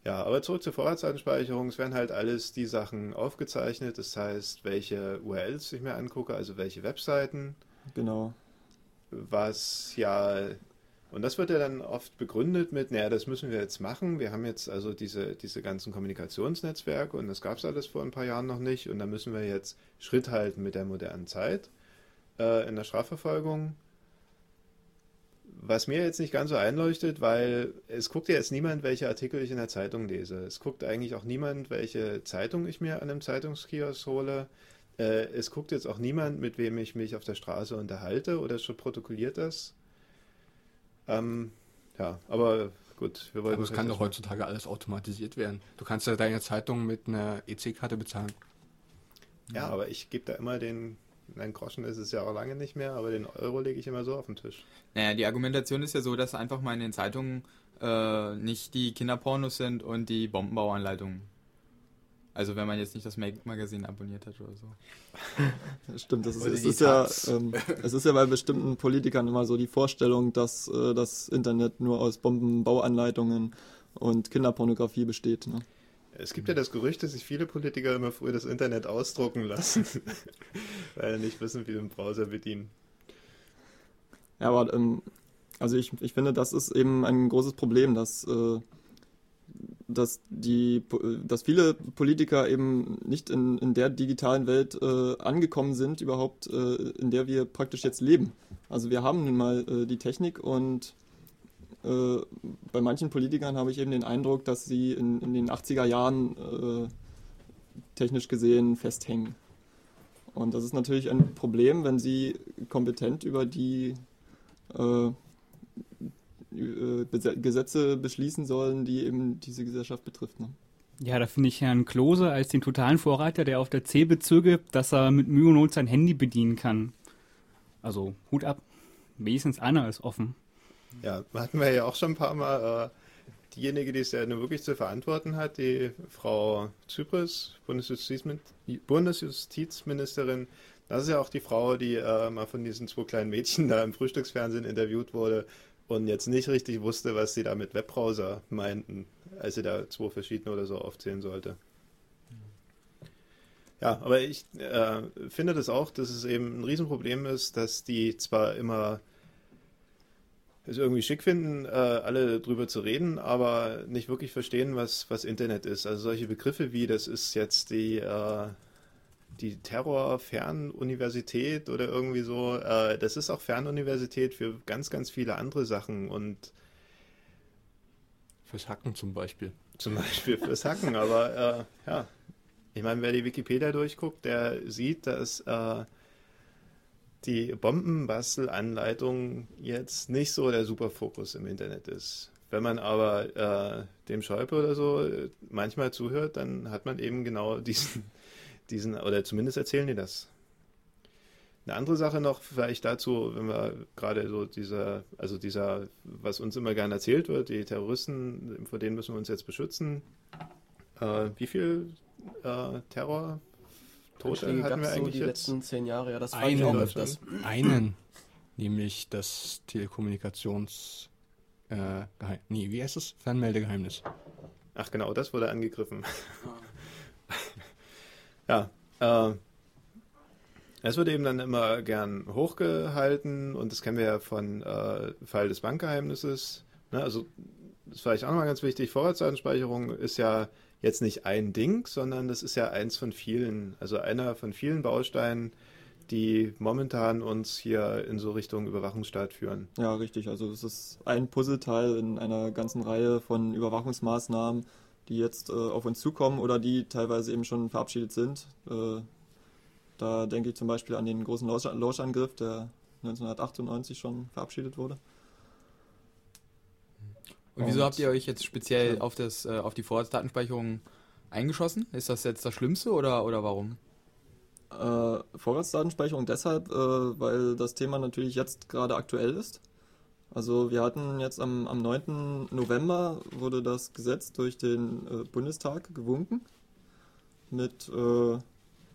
[SPEAKER 1] Ja, aber zurück zur Vorratsdatenspeicherung. Es werden halt alles die Sachen aufgezeichnet. Das heißt, welche U R Ls ich mir angucke, also welche Webseiten.
[SPEAKER 5] Genau.
[SPEAKER 1] Was ja, und das wird ja dann oft begründet mit, naja, das müssen wir jetzt machen. Wir haben jetzt also diese, diese ganzen Kommunikationsnetzwerke und das gab es alles vor ein paar Jahren noch nicht. Und da müssen wir jetzt Schritt halten mit der modernen Zeit äh, in der Strafverfolgung. Was mir jetzt nicht ganz so einleuchtet, weil es guckt ja jetzt niemand, welche Artikel ich in der Zeitung lese. Es guckt eigentlich auch niemand, welche Zeitung ich mir an einem Zeitungskiosk hole. Äh, es guckt jetzt auch niemand, mit wem ich mich auf der Straße unterhalte oder schon protokolliert das. Ähm, ja, aber gut. Wir wollen
[SPEAKER 3] Aber es kann doch heutzutage alles automatisiert werden. Du kannst ja deine Zeitung mit einer E C-Karte bezahlen.
[SPEAKER 1] Ja, aber ich gebe da immer den... Nein, Groschen ist es ja auch lange nicht mehr, aber den Euro lege ich immer so auf den Tisch.
[SPEAKER 4] Naja, die Argumentation ist ja so, dass einfach mal in den Zeitungen äh, nicht die Kinderpornos sind und die Bombenbauanleitungen. Also wenn man jetzt nicht das Make-Magazin abonniert hat oder so.
[SPEAKER 5] Stimmt, das ist,
[SPEAKER 3] Oder
[SPEAKER 5] es,
[SPEAKER 3] die
[SPEAKER 5] ist ja,
[SPEAKER 3] Taz.
[SPEAKER 5] ähm, es ist ja bei bestimmten Politikern immer so die Vorstellung, dass äh, das Internet nur aus Bombenbauanleitungen und Kinderpornografie besteht. Ne?
[SPEAKER 1] Es gibt ja das Gerücht, dass sich viele Politiker immer früher das Internet ausdrucken lassen, weil sie nicht wissen, wie sie den Browser bedienen.
[SPEAKER 5] Ja, aber ähm, also ich, ich finde, das ist eben ein großes Problem, dass, äh, dass, die, dass viele Politiker eben nicht in, in der digitalen Welt äh, angekommen sind, überhaupt, äh, in der wir praktisch jetzt leben. Also wir haben nun mal äh, die Technik und äh, bei manchen Politikern habe ich eben den Eindruck, dass sie in, in den achtziger Jahren äh, technisch gesehen festhängen. Und das ist natürlich ein Problem, wenn sie kompetent über die äh, Gesetze beschließen sollen, die eben diese Gesellschaft betrifft. Ne?
[SPEAKER 8] Ja, da finde ich Herrn Klose als den totalen Vorreiter, der auf der Zähne zugibt, dass er mit Mühe und Not sein Handy bedienen kann. Also Hut ab, wenigstens einer ist offen.
[SPEAKER 1] Ja, hatten wir ja auch schon ein paar Mal. Äh, diejenige, die es ja nur wirklich zu verantworten hat, die Frau Zypris, Bundesjustizmin- Bundesjustizministerin, das ist ja auch die Frau, die äh, mal von diesen zwei kleinen Mädchen da im Frühstücksfernsehen interviewt wurde und jetzt nicht richtig wusste, was sie da mit Webbrowser meinten, als sie da zwei verschiedene oder so aufzählen sollte. Ja, aber ich äh, finde das auch, dass es eben ein Riesenproblem ist, dass die zwar immer es irgendwie schick finden, äh, alle drüber zu reden, aber nicht wirklich verstehen, was, was Internet ist. Also solche Begriffe wie, das ist jetzt die, äh, die Terror-Fernuniversität oder irgendwie so, äh, das ist auch Fernuniversität für ganz, ganz viele andere Sachen und
[SPEAKER 3] Fürs Hacken zum Beispiel.
[SPEAKER 1] zum Beispiel fürs Hacken, aber äh, ja, ich meine, wer die Wikipedia durchguckt, der sieht, dass äh, die Bombenbastelanleitung jetzt nicht so der Superfokus im Internet ist. Wenn man aber äh, dem Schäuble oder so äh, manchmal zuhört, dann hat man eben genau diesen, diesen, oder zumindest erzählen die das. Eine andere Sache noch vielleicht dazu, wenn wir gerade so dieser, also dieser, was uns immer gerne erzählt wird, die Terroristen, vor denen müssen wir uns jetzt beschützen. Äh, wie viel äh, Terror Tote hatten wir
[SPEAKER 2] so
[SPEAKER 1] eigentlich
[SPEAKER 2] die
[SPEAKER 1] jetzt?
[SPEAKER 2] letzten zehn Jahre, ja, das frage ich
[SPEAKER 3] Einen,
[SPEAKER 2] auch öfters.
[SPEAKER 3] einen, nämlich das Telekommunikations... Äh, Geheim, nee, wie heißt es? Fernmeldegeheimnis.
[SPEAKER 1] Ach genau, das wurde angegriffen. Ja, äh, es wird eben dann immer gern hochgehalten und das kennen wir ja von äh, Fall des Bankgeheimnisses. Ne? Also das ist vielleicht auch nochmal ganz wichtig, Vorratsdatenspeicherung ist ja jetzt nicht ein Ding, sondern das ist ja eins von vielen, also einer von vielen Bausteinen, die momentan uns hier in so Richtung Überwachungsstaat führen.
[SPEAKER 5] Ja, richtig. Also es ist ein Puzzleteil in einer ganzen Reihe von Überwachungsmaßnahmen, die jetzt äh, auf uns zukommen oder die teilweise eben schon verabschiedet sind. Äh, da denke ich zum Beispiel an den großen Lausch- Lauschangriff, der neunzehnhundertachtundneunzig schon verabschiedet wurde.
[SPEAKER 4] Und wieso
[SPEAKER 5] Und-
[SPEAKER 4] habt ihr euch jetzt speziell auf, das, äh, auf die Vorratsdatenspeicherung eingeschossen? Ist das jetzt das Schlimmste oder, oder warum?
[SPEAKER 5] Äh, Vorratsdatenspeicherung deshalb, äh, weil das Thema natürlich jetzt gerade aktuell ist. Also wir hatten jetzt am, am neunten November wurde das Gesetz durch den äh, Bundestag gewunken mit, äh, äh,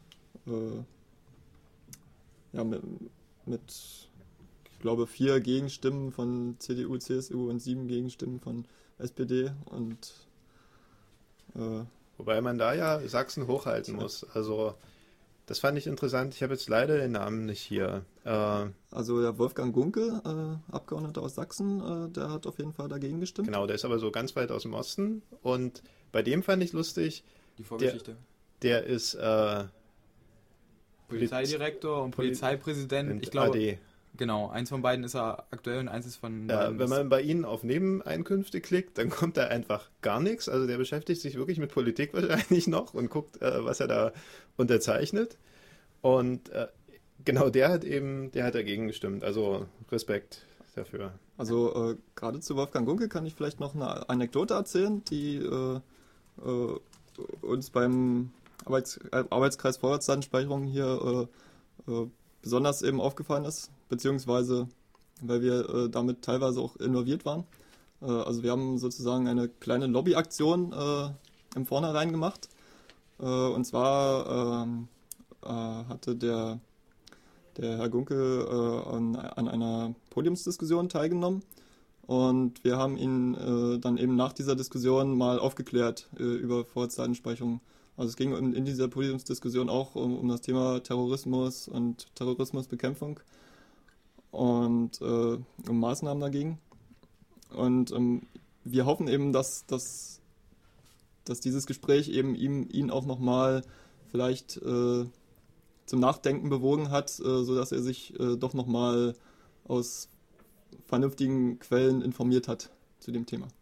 [SPEAKER 5] ja, mit, mit, ich glaube, vier Gegenstimmen von C D U, C S U und sieben Gegenstimmen von S P D und Äh,
[SPEAKER 1] Wobei man da ja Sachsen hochhalten muss. Also das fand ich interessant. Ich habe jetzt leider den Namen nicht hier. Äh,
[SPEAKER 5] also der Wolfgang Gunkel, äh, Abgeordneter aus Sachsen, äh, der hat auf jeden Fall dagegen gestimmt.
[SPEAKER 1] genau, der ist aber so ganz weit aus dem Osten. Und bei dem fand ich lustig,
[SPEAKER 4] Die Vorgeschichte.
[SPEAKER 1] der ist äh,
[SPEAKER 4] Polizeidirektor und
[SPEAKER 1] Poli-
[SPEAKER 4] Polizeipräsident. Ich glaube,
[SPEAKER 1] A D.
[SPEAKER 4] genau, eins von beiden ist er aktuell und eins ist von
[SPEAKER 1] Ja,
[SPEAKER 4] beiden
[SPEAKER 1] wenn
[SPEAKER 4] ist-
[SPEAKER 1] man bei Ihnen auf Nebeneinkünfte klickt, dann kommt da einfach gar nichts. Also der beschäftigt sich wirklich mit Politik wahrscheinlich noch und guckt, äh, was er da unterzeichnet. Und äh, genau der hat eben, der hat dagegen gestimmt. Also Respekt dafür.
[SPEAKER 5] Also äh, gerade zu Wolfgang Gunkel kann ich vielleicht noch eine Anekdote erzählen, die äh, äh, uns beim Arbeits äh, Arbeitskreis Vorratsdatenspeicherung hier äh, äh, besonders eben aufgefallen ist, beziehungsweise weil wir äh, damit teilweise auch involviert waren. Äh, also wir haben sozusagen eine kleine Lobbyaktion äh, im Vornherein gemacht. Äh, und zwar ähm, äh, hatte der der Herr Gunkel äh, an, an einer Podiumsdiskussion teilgenommen und wir haben ihn äh, dann eben nach dieser Diskussion mal aufgeklärt äh, über Vorratsdatenspeicherung. Also es ging in, in dieser Podiumsdiskussion auch um, um das Thema Terrorismus und Terrorismusbekämpfung und äh, um Maßnahmen dagegen. Und ähm, wir hoffen eben, dass, dass, dass dieses Gespräch eben ihm, ihn auch nochmal vielleicht äh, zum Nachdenken bewogen hat, äh, sodass er sich äh, doch nochmal aus vernünftigen Quellen informiert hat zu dem Thema.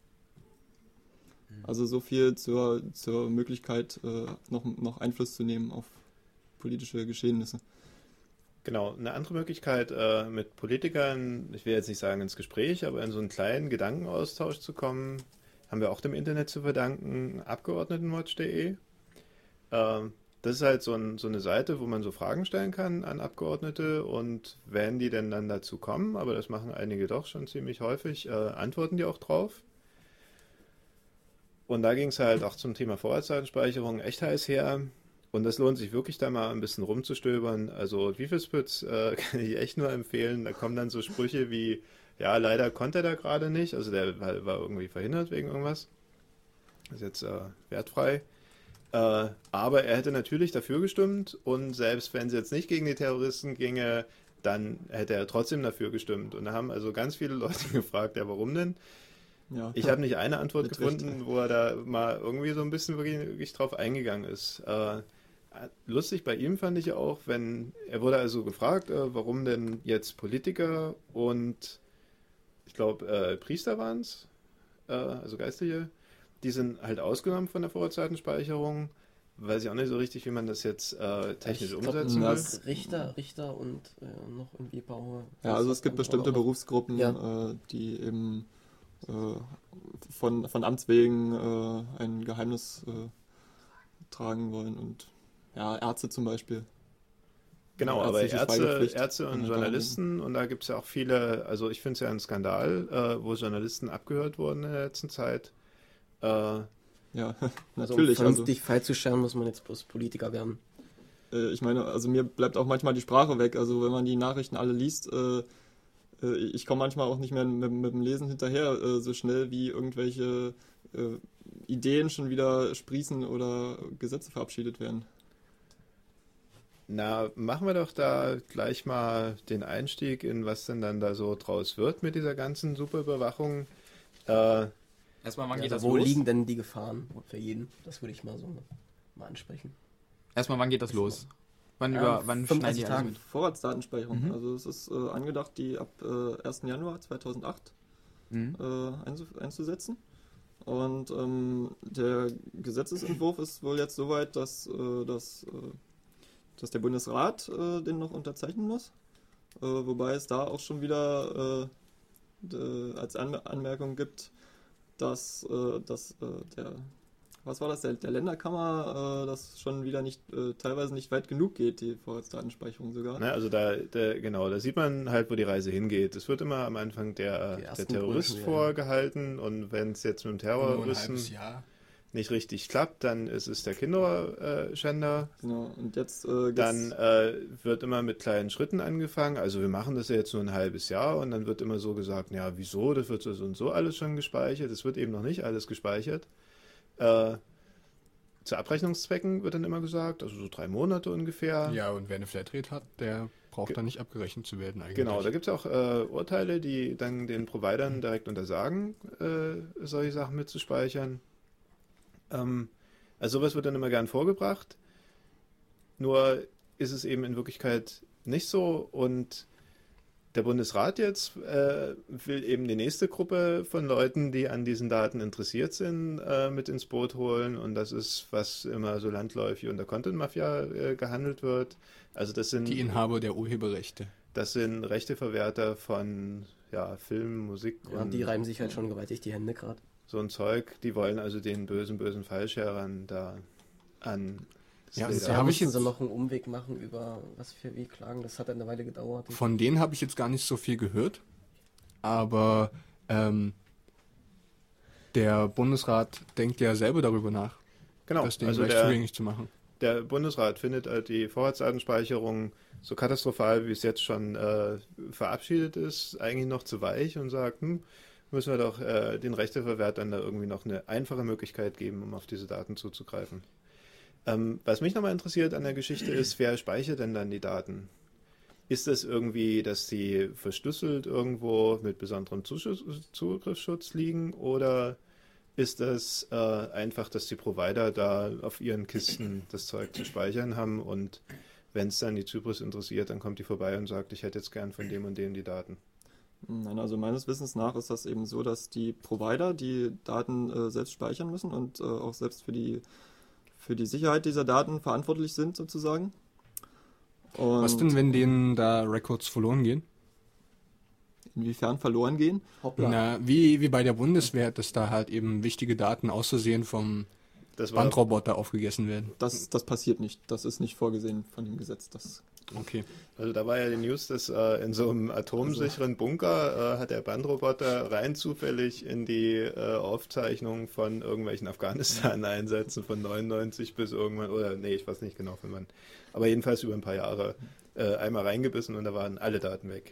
[SPEAKER 5] Also so viel zur, zur Möglichkeit, äh, noch, noch Einfluss zu nehmen auf politische Geschehnisse.
[SPEAKER 1] Genau, eine andere Möglichkeit, äh, mit Politikern, ich will jetzt nicht sagen ins Gespräch, aber in so einen kleinen Gedankenaustausch zu kommen, haben wir auch dem Internet zu verdanken, abgeordnetenwatch punkt de. Ähm, Das ist halt so, ein, so eine Seite, wo man so Fragen stellen kann an Abgeordnete und wenn die denn dann dazu kommen, aber das machen einige doch schon ziemlich häufig, äh, antworten die auch drauf. Und da ging es halt auch zum Thema Vorratsdatenspeicherung echt heiß her und das lohnt sich wirklich da mal ein bisschen rumzustöbern. Also Vifispitz äh, kann ich echt nur empfehlen, da kommen dann so Sprüche wie, ja leider konnte er da gerade nicht, also der war, war irgendwie verhindert wegen irgendwas, ist jetzt äh, wertfrei. Äh, aber er hätte natürlich dafür gestimmt und selbst wenn es jetzt nicht gegen die Terroristen ginge, dann hätte er trotzdem dafür gestimmt. Und da haben also ganz viele Leute gefragt, ja warum denn?
[SPEAKER 5] Ja.
[SPEAKER 1] Ich habe nicht eine Antwort
[SPEAKER 5] Mit
[SPEAKER 1] gefunden,
[SPEAKER 5] Recht.
[SPEAKER 1] wo er da mal irgendwie so ein bisschen wirklich, wirklich drauf eingegangen ist. Äh, lustig bei ihm fand ich auch, wenn, er wurde also gefragt, äh, warum denn jetzt Politiker und ich glaube äh, Priester waren es, äh, also Geistliche, die sind halt ausgenommen von der Vorratsdatenspeicherung. Weiß ich auch nicht so richtig, wie man das jetzt äh, technisch
[SPEAKER 2] Ich glaub,
[SPEAKER 1] umsetzen will.
[SPEAKER 5] das-
[SPEAKER 2] Richter, Richter und äh, noch irgendwie Bauer.
[SPEAKER 5] Ja, also es gibt bestimmte
[SPEAKER 2] Berufsgruppen.
[SPEAKER 5] Berufsgruppen,
[SPEAKER 2] Ja.
[SPEAKER 5] äh, die eben äh, von, von Amts wegen äh, ein Geheimnis äh, tragen wollen und ja, Ärzte zum Beispiel.
[SPEAKER 1] Genau, aber
[SPEAKER 5] ärztliche
[SPEAKER 1] Ärzte,
[SPEAKER 5] Schweigepflicht
[SPEAKER 1] Ärzte und
[SPEAKER 5] kann man
[SPEAKER 1] Journalisten, und da gibt es ja auch viele, also ich finde es ja ein Skandal, äh, wo Journalisten abgehört wurden in der letzten Zeit. Äh,
[SPEAKER 5] Ja,
[SPEAKER 2] Also um
[SPEAKER 5] natürlich. Also,
[SPEAKER 2] vernünftig Fall zu stellen, muss man jetzt bloß Politiker werden.
[SPEAKER 5] äh, ich meine, also mir bleibt auch manchmal die Sprache weg. Also wenn man die Nachrichten alle liest, äh, äh, ich komme manchmal auch nicht mehr mit, mit dem Lesen hinterher, äh, so schnell wie irgendwelche äh, Ideen schon wieder sprießen oder Gesetze verabschiedet werden.
[SPEAKER 1] na, machen wir doch da gleich mal den Einstieg in was denn dann da so draus wird mit dieser ganzen Superüberwachung. Äh,
[SPEAKER 4] Erstmal, wann
[SPEAKER 2] Ja,
[SPEAKER 4] geht das
[SPEAKER 2] also wo
[SPEAKER 4] los?
[SPEAKER 2] liegen denn die Gefahren für jeden? Das würde ich mal so mal ansprechen.
[SPEAKER 4] Erstmal, wann geht das los? Wann,
[SPEAKER 2] Ja,
[SPEAKER 4] über, wann schneiden
[SPEAKER 2] fünfunddreißig
[SPEAKER 4] die alles
[SPEAKER 2] Tagen.
[SPEAKER 4] mit?
[SPEAKER 5] Vorratsdatenspeicherung.
[SPEAKER 4] Mhm.
[SPEAKER 5] Also es ist äh, angedacht, die ab äh, ersten Januar zweitausendacht
[SPEAKER 4] Mhm.
[SPEAKER 5] äh, einzu- einzusetzen. Und ähm, der Gesetzesentwurf ist wohl jetzt soweit, dass, äh, dass, äh, dass der Bundesrat äh, den noch unterzeichnen muss. Äh, wobei es da auch schon wieder äh, de, als Anmer- Anmerkung gibt, dass, äh, dass äh, der, was war das, der, der Länderkammer, äh, das schon wieder nicht, äh, teilweise nicht weit genug geht, die Vorratsdatenspeicherung sogar.
[SPEAKER 1] ne, also da, da, genau, da sieht man halt, wo die Reise hingeht. Es wird immer am Anfang der,
[SPEAKER 2] Die
[SPEAKER 1] der
[SPEAKER 2] ersten
[SPEAKER 1] Terrorist
[SPEAKER 2] Größen, ja.
[SPEAKER 1] vorgehalten und wenn es jetzt mit dem
[SPEAKER 3] Nur ein
[SPEAKER 1] Terroristen
[SPEAKER 3] halbes Jahr.
[SPEAKER 1] nicht richtig klappt, dann ist es der Kinderschänder.
[SPEAKER 5] Genau, und jetzt äh, geht's-
[SPEAKER 1] Dann äh, wird immer mit kleinen Schritten angefangen. Also wir machen das ja jetzt nur ein halbes Jahr und dann wird immer so gesagt, ja wieso, das wird so und so alles schon gespeichert. Es wird eben noch nicht alles gespeichert. Äh, zu Abrechnungszwecken wird dann immer gesagt, also so drei Monate ungefähr.
[SPEAKER 3] Ja, und wer eine Flatrate hat, der braucht dann nicht abgerechnet zu werden eigentlich.
[SPEAKER 1] Genau, da gibt es auch äh, Urteile, die dann den Providern direkt untersagen, äh, solche Sachen mitzuspeichern. Ähm, also sowas wird dann immer gern vorgebracht. Nur ist es eben in Wirklichkeit nicht so, und der Bundesrat jetzt äh, will eben die nächste Gruppe von Leuten, die an diesen Daten interessiert sind, äh, mit ins Boot holen, und das ist, was immer so landläufig unter Content Mafia äh, gehandelt wird. Also das sind
[SPEAKER 3] Die Inhaber der Urheberrechte.
[SPEAKER 1] Das sind Rechteverwerter von ja, Film, Musik
[SPEAKER 2] Ja,
[SPEAKER 1] und
[SPEAKER 2] die reiben sich halt schon gewaltig die Hände gerade.
[SPEAKER 1] so ein Zeug. Die wollen also den bösen, bösen Fallsharern da an das
[SPEAKER 3] Ja,
[SPEAKER 1] Leder.
[SPEAKER 3] da habe ich
[SPEAKER 2] mussten
[SPEAKER 3] jetzt
[SPEAKER 2] sie noch einen Umweg machen über was für wie Klagen. Das hat eine Weile gedauert.
[SPEAKER 3] Von denen habe ich jetzt gar nicht so viel gehört, aber ähm, der Bundesrat denkt ja selber darüber nach,
[SPEAKER 1] Genau,
[SPEAKER 3] das denen
[SPEAKER 1] also
[SPEAKER 3] leicht
[SPEAKER 1] der,
[SPEAKER 3] zugänglich zu machen.
[SPEAKER 1] der Bundesrat findet äh, die Vorratsdatenspeicherung so katastrophal, wie es jetzt schon äh, verabschiedet ist, eigentlich noch zu weich, und sagt, hm, müssen wir doch äh, den Rechteverwertern da irgendwie noch eine einfache Möglichkeit geben, um auf diese Daten zuzugreifen. Ähm, was mich nochmal interessiert an der Geschichte ist, wer speichert denn dann die Daten? Ist das irgendwie, dass sie verschlüsselt irgendwo mit besonderem Zuschuss, Zugriffsschutz liegen, oder ist das äh, einfach, dass die Provider da auf ihren Kisten das Zeug zu speichern haben, und wenn es dann die Zypris interessiert, dann kommt die vorbei und sagt, ich hätte jetzt gern von dem und dem die Daten?
[SPEAKER 5] Nein, also meines Wissens nach ist das eben so, dass die Provider die Daten äh, selbst speichern müssen und äh, auch selbst für die, für die Sicherheit dieser Daten verantwortlich sind, sozusagen. Und
[SPEAKER 3] Was denn, wenn denen da Records verloren gehen?
[SPEAKER 5] inwiefern verloren gehen?
[SPEAKER 2] Hoppla.
[SPEAKER 3] Na, wie, wie bei der Bundeswehr, dass da halt eben wichtige Daten aus Versehen vom
[SPEAKER 1] Das war,
[SPEAKER 3] Bandroboter aufgegessen werden.
[SPEAKER 5] Das, das passiert nicht. Das ist nicht vorgesehen von dem Gesetz. Das
[SPEAKER 3] Okay.
[SPEAKER 1] also da war ja die News, dass äh, in so einem atomsicheren Bunker äh, hat der Bandroboter rein zufällig in die äh, Aufzeichnung von irgendwelchen Afghanistan-Einsätzen von neunundneunzig bis irgendwann, oder nee, ich weiß nicht genau, wenn man, aber jedenfalls über ein paar Jahre äh, einmal reingebissen, und da waren alle Daten weg.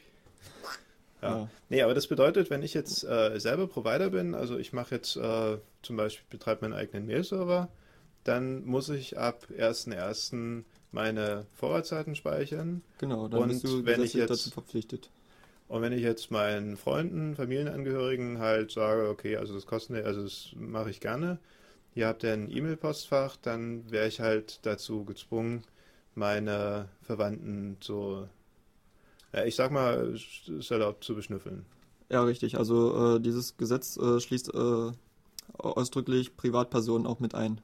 [SPEAKER 1] Ja.
[SPEAKER 5] Ja.
[SPEAKER 1] Nee, aber das bedeutet, wenn ich jetzt äh, selber Provider bin, also ich mache jetzt äh, zum Beispiel, betreibe meinen eigenen Mail-Server, dann muss ich ab ersten ersten meine Vorratsdaten speichern.
[SPEAKER 5] Genau, dann
[SPEAKER 1] Und
[SPEAKER 5] bist du
[SPEAKER 1] wenn ich
[SPEAKER 5] gesetzlich
[SPEAKER 1] jetzt-
[SPEAKER 5] dazu verpflichtet.
[SPEAKER 1] Und wenn ich jetzt meinen Freunden, Familienangehörigen halt sage, okay, also das kostet, also das mache ich gerne, ihr habt ja ein E-Mail-Postfach, dann wäre ich halt dazu gezwungen, meine Verwandten so, ja, ich sag mal, salopp zu beschnüffeln.
[SPEAKER 5] Ja, richtig. Also äh, dieses Gesetz äh, schließt äh, ausdrücklich Privatpersonen auch mit ein,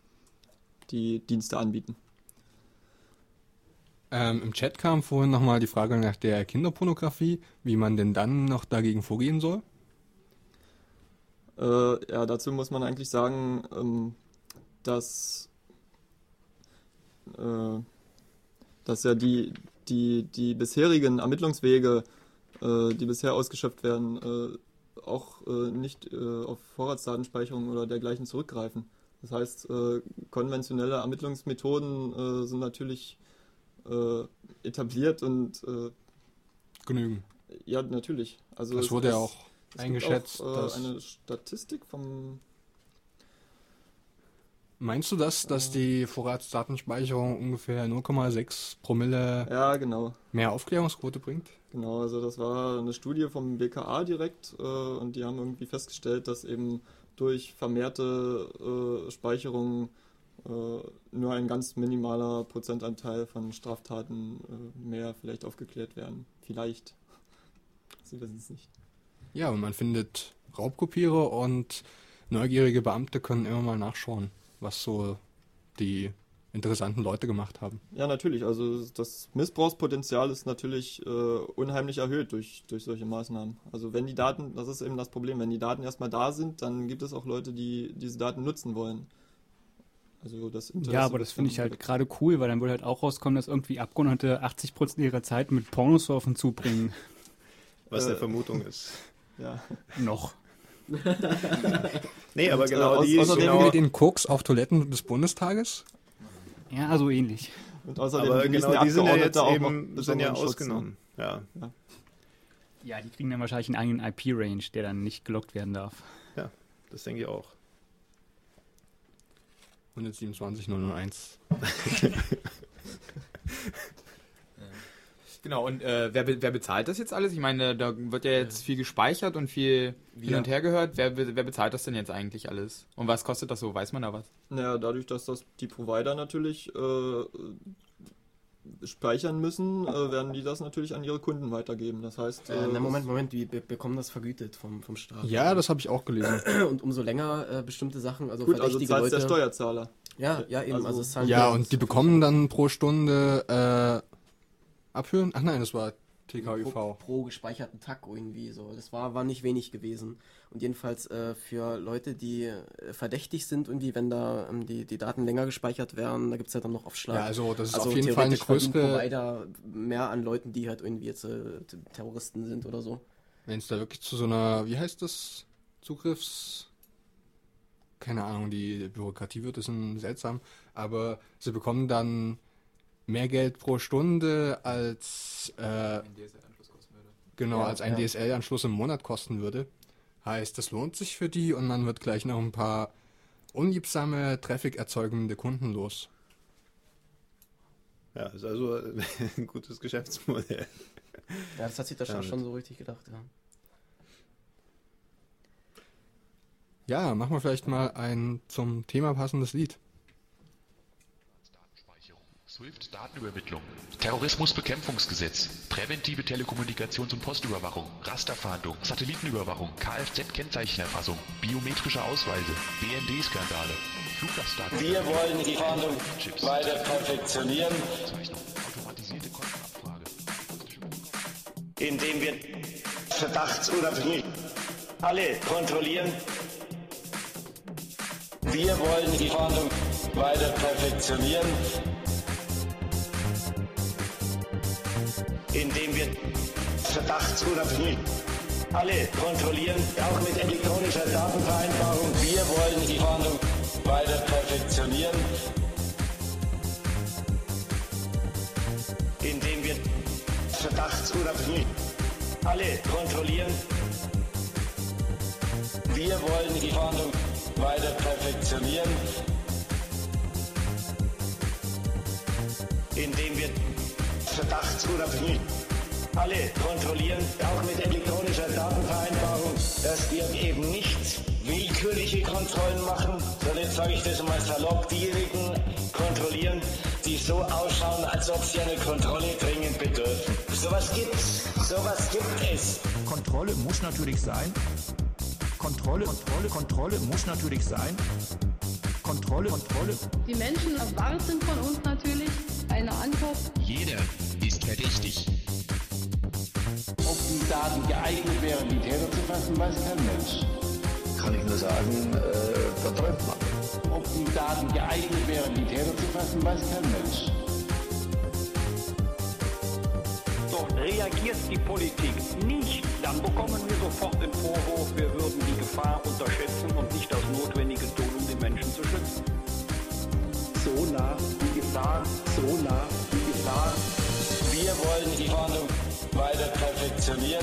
[SPEAKER 5] die Dienste anbieten.
[SPEAKER 3] Ähm, Im Chat kam vorhin nochmal die Frage nach der Kinderpornografie, wie man denn dann noch dagegen vorgehen soll.
[SPEAKER 5] Äh, ja, dazu muss man eigentlich sagen, ähm, dass, äh, dass ja die, die, die bisherigen Ermittlungswege, äh, die bisher ausgeschöpft werden, äh, auch äh, nicht äh, auf Vorratsdatenspeicherung oder dergleichen zurückgreifen. Das heißt, äh, konventionelle Ermittlungsmethoden äh, sind natürlich äh, etabliert und äh,
[SPEAKER 3] Genügen.
[SPEAKER 5] ja, natürlich. Also
[SPEAKER 3] Das
[SPEAKER 5] es-
[SPEAKER 3] wurde ja
[SPEAKER 5] es-
[SPEAKER 3] auch
[SPEAKER 5] es gibt
[SPEAKER 3] eingeschätzt,
[SPEAKER 5] Auch, äh,
[SPEAKER 3] dass-
[SPEAKER 5] eine Statistik vom
[SPEAKER 3] Meinst du das, dass die Vorratsdatenspeicherung ungefähr null Komma sechs Promille
[SPEAKER 5] Ja, genau.
[SPEAKER 3] mehr Aufklärungsquote bringt?
[SPEAKER 5] Genau, also das war eine Studie vom B K A direkt äh, und die haben irgendwie festgestellt, dass eben durch vermehrte äh, Speicherung äh, nur ein ganz minimaler Prozentanteil von Straftaten äh, mehr vielleicht aufgeklärt werden. Vielleicht. Sie wissen es nicht.
[SPEAKER 3] Ja, und man findet Raubkopierer und neugierige Beamte können immer mal nachschauen, was so die interessanten Leute gemacht haben.
[SPEAKER 5] Ja, natürlich. Also das Missbrauchspotenzial ist natürlich äh, unheimlich erhöht durch, durch solche Maßnahmen. Also wenn die Daten, das ist eben das Problem, wenn die Daten erstmal da sind, dann gibt es auch Leute, die diese Daten nutzen wollen. Also das Interesse
[SPEAKER 8] Ja, aber das finde ich halt gerade cool, weil dann würde halt auch rauskommen, dass irgendwie Abgeordnete achtzig Prozent ihrer Zeit mit Pornosurfen zubringen.
[SPEAKER 1] Was
[SPEAKER 5] Äh,
[SPEAKER 1] eine Vermutung ist.
[SPEAKER 5] Ja.
[SPEAKER 8] Noch.
[SPEAKER 1] Nee, aber
[SPEAKER 5] Und, äh,
[SPEAKER 1] genau
[SPEAKER 5] aus-
[SPEAKER 1] die,
[SPEAKER 5] außerdem
[SPEAKER 1] genau,
[SPEAKER 3] Mit den Koks auf Toiletten des Bundestages?
[SPEAKER 8] Ja, so ähnlich.
[SPEAKER 5] Und außerdem
[SPEAKER 1] aber
[SPEAKER 5] genießen
[SPEAKER 1] genau die sind ja jetzt
[SPEAKER 5] Abgeordnete auch
[SPEAKER 1] eben,
[SPEAKER 5] noch
[SPEAKER 1] sind ja
[SPEAKER 5] besonderen Schutz, ne?
[SPEAKER 1] ausgenommen. Ja.
[SPEAKER 8] Ja, die kriegen dann wahrscheinlich einen eigenen I P-Range, der dann nicht gelockt werden darf.
[SPEAKER 1] Das denke ich auch.
[SPEAKER 3] hundertsiebenundzwanzig nullhunderteins.
[SPEAKER 4] Genau, und äh, wer, be- wer bezahlt das jetzt alles? Ich meine, da wird ja jetzt viel gespeichert und viel hin und her gehört. Wer, be- wer bezahlt das denn jetzt eigentlich alles? Und was kostet das so? Weiß man da was?
[SPEAKER 5] Naja, dadurch, dass das die Provider natürlich äh, speichern müssen, äh, werden die das natürlich an ihre Kunden weitergeben. Das heißt...
[SPEAKER 2] Äh,
[SPEAKER 5] Äh,
[SPEAKER 2] na, Moment, Moment, die be bekommen das vergütet vom, vom Staat.
[SPEAKER 3] Ja, das habe ich auch gelesen.
[SPEAKER 2] Und umso länger äh, bestimmte Sachen, also
[SPEAKER 5] gut, also
[SPEAKER 2] verdächtige
[SPEAKER 5] zahlt
[SPEAKER 2] Leute...
[SPEAKER 5] der Steuerzahler.
[SPEAKER 2] Ja, ja, eben,
[SPEAKER 5] Also-
[SPEAKER 2] also, es zahlen
[SPEAKER 3] Ja,
[SPEAKER 2] wir-
[SPEAKER 3] und die bekommen dann pro Stunde äh, abhören? Ach nein, das war T K Ü
[SPEAKER 2] pro,
[SPEAKER 3] V.
[SPEAKER 2] pro gespeicherten Tag irgendwie so. Das war, war nicht wenig gewesen. Und jedenfalls äh, für Leute, die äh, verdächtig sind, irgendwie, wenn da ähm, die, die Daten länger gespeichert werden, da gibt es ja dann noch Aufschlag.
[SPEAKER 3] Ja, also das ist
[SPEAKER 2] Also
[SPEAKER 3] auf jeden Fall eine
[SPEAKER 2] theoretisch verdienen
[SPEAKER 3] größere,
[SPEAKER 2] Provider mehr an Leuten, die halt irgendwie jetzt äh, Terroristen sind oder so.
[SPEAKER 3] wenn es da wirklich zu so einer, wie heißt das, Zugriffs... Keine Ahnung, die Bürokratie wird ist ein seltsam, aber sie bekommen dann mehr Geld pro Stunde als äh,
[SPEAKER 4] Ein D S L-Anschluss kosten würde.
[SPEAKER 3] genau
[SPEAKER 2] Ja,
[SPEAKER 3] als ein
[SPEAKER 2] ja.
[SPEAKER 3] D S L-Anschluss im Monat kosten würde. Heißt, das lohnt sich für die und man wird gleich noch ein paar unliebsame, Traffic erzeugende Kunden los.
[SPEAKER 1] Ja, ist also ein gutes Geschäftsmodell.
[SPEAKER 2] Ja, das hat sich da schon,
[SPEAKER 1] Ja,
[SPEAKER 2] schon so richtig gedacht, ja.
[SPEAKER 3] Ja, machen wir vielleicht mal ein zum Thema passendes Lied.
[SPEAKER 9] Datenspeicherung, SWIFT-Datenübermittlung, Terrorismusbekämpfungsgesetz, präventive Telekommunikations- und Postüberwachung, Rasterfahndung, Satellitenüberwachung, Kfz-Kennzeichenerfassung, biometrische Ausweise, B N D-Skandale, Fluggastdaten.
[SPEAKER 10] Wir wollen die Fahndung weiter perfektionieren,
[SPEAKER 9] Automatisierte Kontenabfrage,
[SPEAKER 10] indem wir verdachtsunabhängig alle kontrollieren. Wir wollen die Fahndung weiter perfektionieren, indem wir verdachtsunabhängig alle kontrollieren, auch mit elektronischer Datenvereinbarung. Wir wollen die Fahndung weiter perfektionieren, indem wir verdachtsunabhängig alle kontrollieren. Wir wollen die Fahndung weiter perfektionieren, indem wir verdachtsunabhängig alle kontrollieren, auch mit elektronischer Datenvereinbarung, dass wir eben nicht willkürliche Kontrollen machen, sondern jetzt sage ich das mal salopp, diejenigen kontrollieren, die so ausschauen, als ob sie eine Kontrolle dringend bedürfen. Sowas gibt's, sowas gibt es.
[SPEAKER 11] Kontrolle muss natürlich sein. Kontrolle, Kontrolle, Kontrolle muss natürlich sein. Kontrolle, Kontrolle.
[SPEAKER 12] Die Menschen erwarten von uns natürlich eine Antwort.
[SPEAKER 13] Jeder ist verdächtig.
[SPEAKER 10] Ob die Daten geeignet wären, die Täter zu fassen, weiß kein Mensch. Kann ich nur sagen, äh, da träumt man. Ob die Daten geeignet wären, die Täter zu fassen, weiß kein Mensch.
[SPEAKER 14] So, reagiert die Politik nicht, dann bekommen wir sofort den Vorwurf, wir würden die Gefahr unterschätzen und nicht das Notwendige tun, um die Menschen zu schützen.
[SPEAKER 10] So nah die Gefahr, so nah die Gefahr. Wir wollen die Fahndung weiter perfektionieren,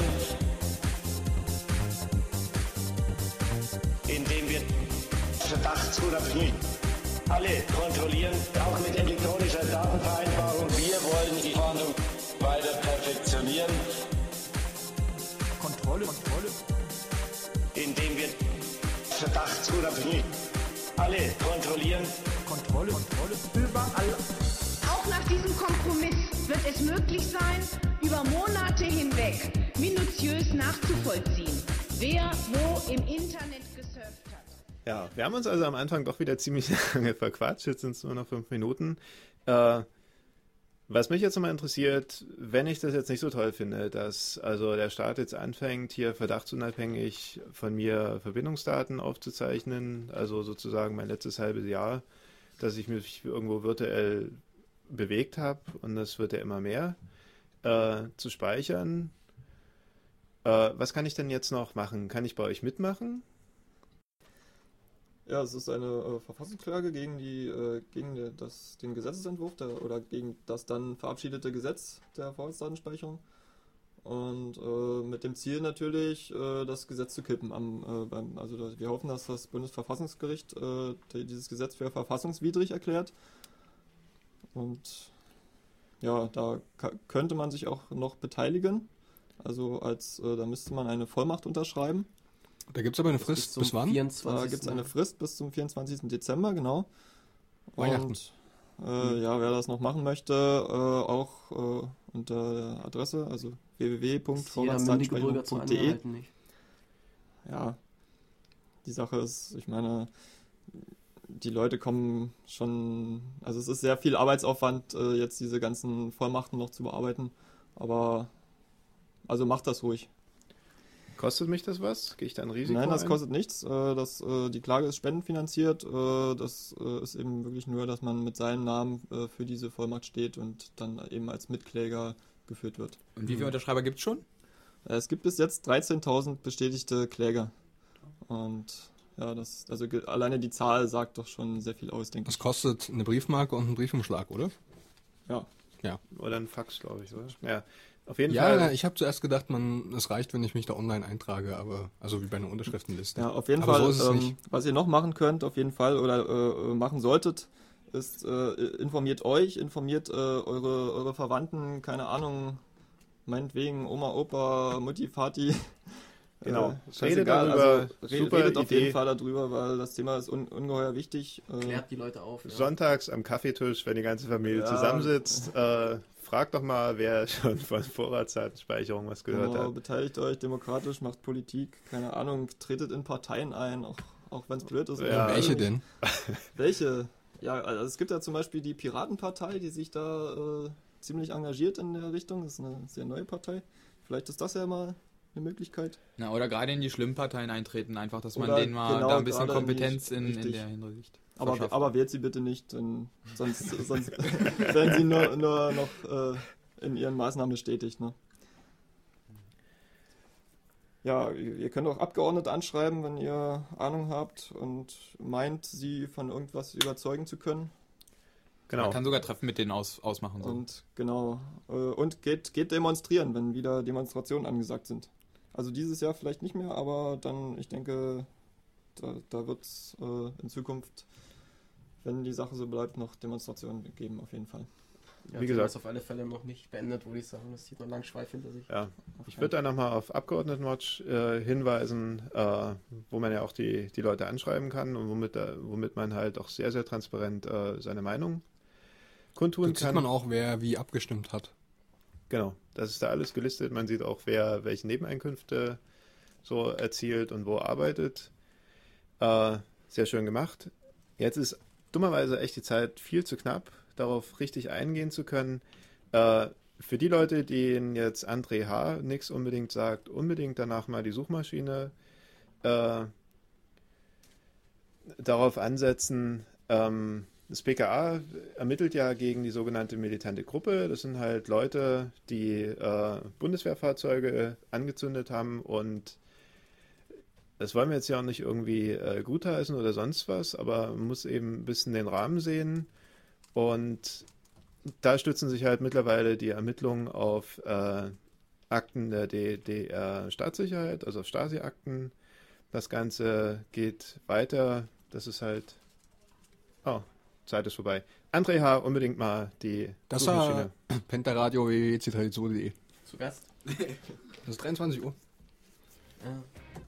[SPEAKER 10] indem wir verdachtsunabhängig alle kontrollieren, auch mit elektronischer Datenvereinbarung. Wir wollen die Fahndung weiter perfektionieren,
[SPEAKER 11] Kontrolle, Kontrolle.
[SPEAKER 10] indem wir verdachtsunabhängig alle kontrollieren.
[SPEAKER 11] Kontrolle, Kontrolle.
[SPEAKER 12] Überall. Auch nach diesem Kompromiss wird es möglich sein, über Monate hinweg minutiös nachzuvollziehen, wer wo im Internet gesurft hat.
[SPEAKER 1] Ja, wir haben uns also am Anfang doch wieder ziemlich lange verquatscht. Jetzt sind es nur noch fünf Minuten. Äh, was mich jetzt nochmal interessiert, wenn ich das jetzt nicht so toll finde, dass also der Staat jetzt anfängt, hier verdachtsunabhängig von mir Verbindungsdaten aufzuzeichnen, also sozusagen mein letztes halbes Jahr, dass ich mich irgendwo virtuell bewegt habe, und das wird ja immer mehr, äh, zu speichern. Äh, was kann ich denn jetzt noch machen? Kann ich bei euch mitmachen?
[SPEAKER 5] Ja, es ist eine äh, Verfassungsklage gegen die äh, gegen die, das, den Gesetzesentwurf der, oder gegen das dann verabschiedete Gesetz der Vorratsdatenspeicherung. und äh, mit dem Ziel natürlich, äh, das Gesetz zu kippen. Am, äh, beim, also das, wir hoffen, dass das Bundesverfassungsgericht äh, dieses Gesetz für verfassungswidrig erklärt. Und ja, da ka- könnte man sich auch noch beteiligen. Also als äh, da müsste man eine Vollmacht unterschreiben.
[SPEAKER 3] Da gibt es aber eine
[SPEAKER 2] Das
[SPEAKER 3] Frist,
[SPEAKER 2] zum
[SPEAKER 3] bis wann?
[SPEAKER 2] vierundzwanzigsten
[SPEAKER 5] Da gibt es eine Frist bis zum vierundzwanzigsten Dezember, genau.
[SPEAKER 3] Weihnachten.
[SPEAKER 5] Und äh, ja, wer das noch machen möchte, äh, auch äh, unter der Adresse, also w w w Punkt vorratsdatenspeicherung Punkt d e. Ja, die Sache ist, ich meine, die Leute kommen schon, also es ist sehr viel Arbeitsaufwand, äh, jetzt diese ganzen Vollmachten noch zu bearbeiten, aber also macht das ruhig.
[SPEAKER 1] Kostet mich das was? Gehe ich da ein Risiko
[SPEAKER 5] Nein, das
[SPEAKER 1] ein?
[SPEAKER 5] kostet nichts. Äh, das, äh, die Klage ist spendenfinanziert. Äh, das äh, ist eben wirklich nur, dass man mit seinem Namen äh, für diese Vollmacht steht und dann eben als Mitkläger geführt wird.
[SPEAKER 4] Und wie viele Unterschreiber gibt es schon?
[SPEAKER 5] Äh, es gibt bis jetzt dreizehntausend bestätigte Kläger. Und ja, das, also ge- alleine die Zahl sagt doch schon sehr viel aus, denke
[SPEAKER 3] Das
[SPEAKER 5] ich.
[SPEAKER 3] kostet eine Briefmarke und einen Briefumschlag, oder?
[SPEAKER 5] Ja.
[SPEAKER 3] Ja.
[SPEAKER 1] Oder ein Fax, glaube ich, oder? Ja, auf jeden
[SPEAKER 3] Ja,
[SPEAKER 1] Fall.
[SPEAKER 3] ja, ich habe zuerst gedacht, man, es reicht, wenn ich mich da online eintrage, aber also wie bei einer Unterschriftenliste.
[SPEAKER 5] Ja, auf jeden
[SPEAKER 3] aber
[SPEAKER 5] Fall.
[SPEAKER 3] So ist es
[SPEAKER 5] ähm,
[SPEAKER 3] nicht.
[SPEAKER 5] Was ihr noch machen könnt, auf jeden Fall, oder äh, machen solltet, ist, äh, informiert euch, informiert äh, eure, eure Verwandten, keine Ahnung, meinetwegen Oma, Opa, Mutti, Vati.
[SPEAKER 1] Genau.
[SPEAKER 5] Äh,
[SPEAKER 1] Redet
[SPEAKER 5] scheißegal,
[SPEAKER 1] darüber,
[SPEAKER 5] also re-
[SPEAKER 1] super
[SPEAKER 5] redet auf
[SPEAKER 1] Idee.
[SPEAKER 5] jeden Fall darüber, weil das Thema ist un ungeheuer wichtig. Äh,
[SPEAKER 2] Klärt die Leute auf. Ja.
[SPEAKER 1] Sonntags am Kaffeetisch, wenn die ganze Familie
[SPEAKER 5] Ja.
[SPEAKER 1] zusammensitzt, äh, fragt doch mal, wer schon von Vorratsdatenspeicherung was gehört
[SPEAKER 5] Genau,
[SPEAKER 1] hat.
[SPEAKER 5] beteiligt euch demokratisch, macht Politik, keine Ahnung, tretet in Parteien ein, auch, auch wenn es blöd ist.
[SPEAKER 1] Ja.
[SPEAKER 3] Welche denn?
[SPEAKER 5] Welche? Ja, also es gibt ja zum Beispiel die Piratenpartei, die sich da äh, ziemlich engagiert in der Richtung. Das ist eine sehr neue Partei. Vielleicht ist das ja mal eine Möglichkeit.
[SPEAKER 4] Na, oder gerade in die schlimmen Parteien eintreten, einfach, dass man
[SPEAKER 5] Oder
[SPEAKER 4] denen mal
[SPEAKER 5] genau,
[SPEAKER 4] da ein bisschen
[SPEAKER 5] gerade in die-
[SPEAKER 4] Kompetenz in, in
[SPEAKER 5] richtig.
[SPEAKER 4] der Hinsicht
[SPEAKER 5] Aber,
[SPEAKER 4] verschafft.
[SPEAKER 5] aber wählt sie bitte nicht, denn sonst, sonst werden sie nur, nur noch äh, in ihren Maßnahmen bestätigt. Ne? Ja, ihr könnt auch Abgeordnete anschreiben, wenn ihr Ahnung habt und meint, sie von irgendwas überzeugen zu können.
[SPEAKER 1] Genau.
[SPEAKER 4] Man kann sogar Treffen mit denen aus, ausmachen. So.
[SPEAKER 5] Und genau. Äh, und geht, geht demonstrieren, wenn wieder Demonstrationen angesagt sind. Also dieses Jahr vielleicht nicht mehr, aber dann, ich denke, da, da wird es äh, in Zukunft, wenn die Sache so bleibt, noch Demonstrationen geben, auf jeden Fall.
[SPEAKER 2] Ja,
[SPEAKER 1] Wie
[SPEAKER 2] Thema
[SPEAKER 1] gesagt.
[SPEAKER 2] ist auf alle Fälle noch nicht beendet, würde ich sagen. Das zieht noch einen langen Schweif hinter sich.
[SPEAKER 1] Ja, ich würde da nochmal auf Abgeordnetenwatch äh, hinweisen, äh, wo man ja auch die, die Leute anschreiben kann und womit, da, womit man halt auch sehr, sehr transparent äh, seine Meinung kundtun
[SPEAKER 3] Da sieht
[SPEAKER 1] kann.
[SPEAKER 3] man auch, wer wie abgestimmt hat.
[SPEAKER 1] Genau, das ist da alles gelistet. Man sieht auch, wer welche Nebeneinkünfte so erzielt und wo arbeitet. Äh, sehr schön gemacht. Jetzt ist dummerweise echt die Zeit viel zu knapp, darauf richtig eingehen zu können. Äh, für die Leute, denen jetzt André H. nichts unbedingt sagt, unbedingt danach mal die Suchmaschine äh, darauf ansetzen. Ähm, das B K A ermittelt ja gegen die sogenannte militante Gruppe. Das sind halt Leute, die äh, Bundeswehrfahrzeuge angezündet haben, und das wollen wir jetzt ja auch nicht irgendwie äh, gutheißen oder sonst was, aber man muss eben ein bisschen den Rahmen sehen, und da stützen sich halt mittlerweile die Ermittlungen auf äh, Akten der D D R-Staatssicherheit, also auf Stasi-Akten. Das Ganze geht weiter. Das ist halt... Oh, Zeit ist vorbei. André H., unbedingt mal die
[SPEAKER 3] Das war
[SPEAKER 1] Suchmaschine.
[SPEAKER 3] Pentaradio w w w punkt c tradition punkt d e.
[SPEAKER 2] Zu Gast.
[SPEAKER 3] Das ist dreiundzwanzig Uhr.
[SPEAKER 2] Ja.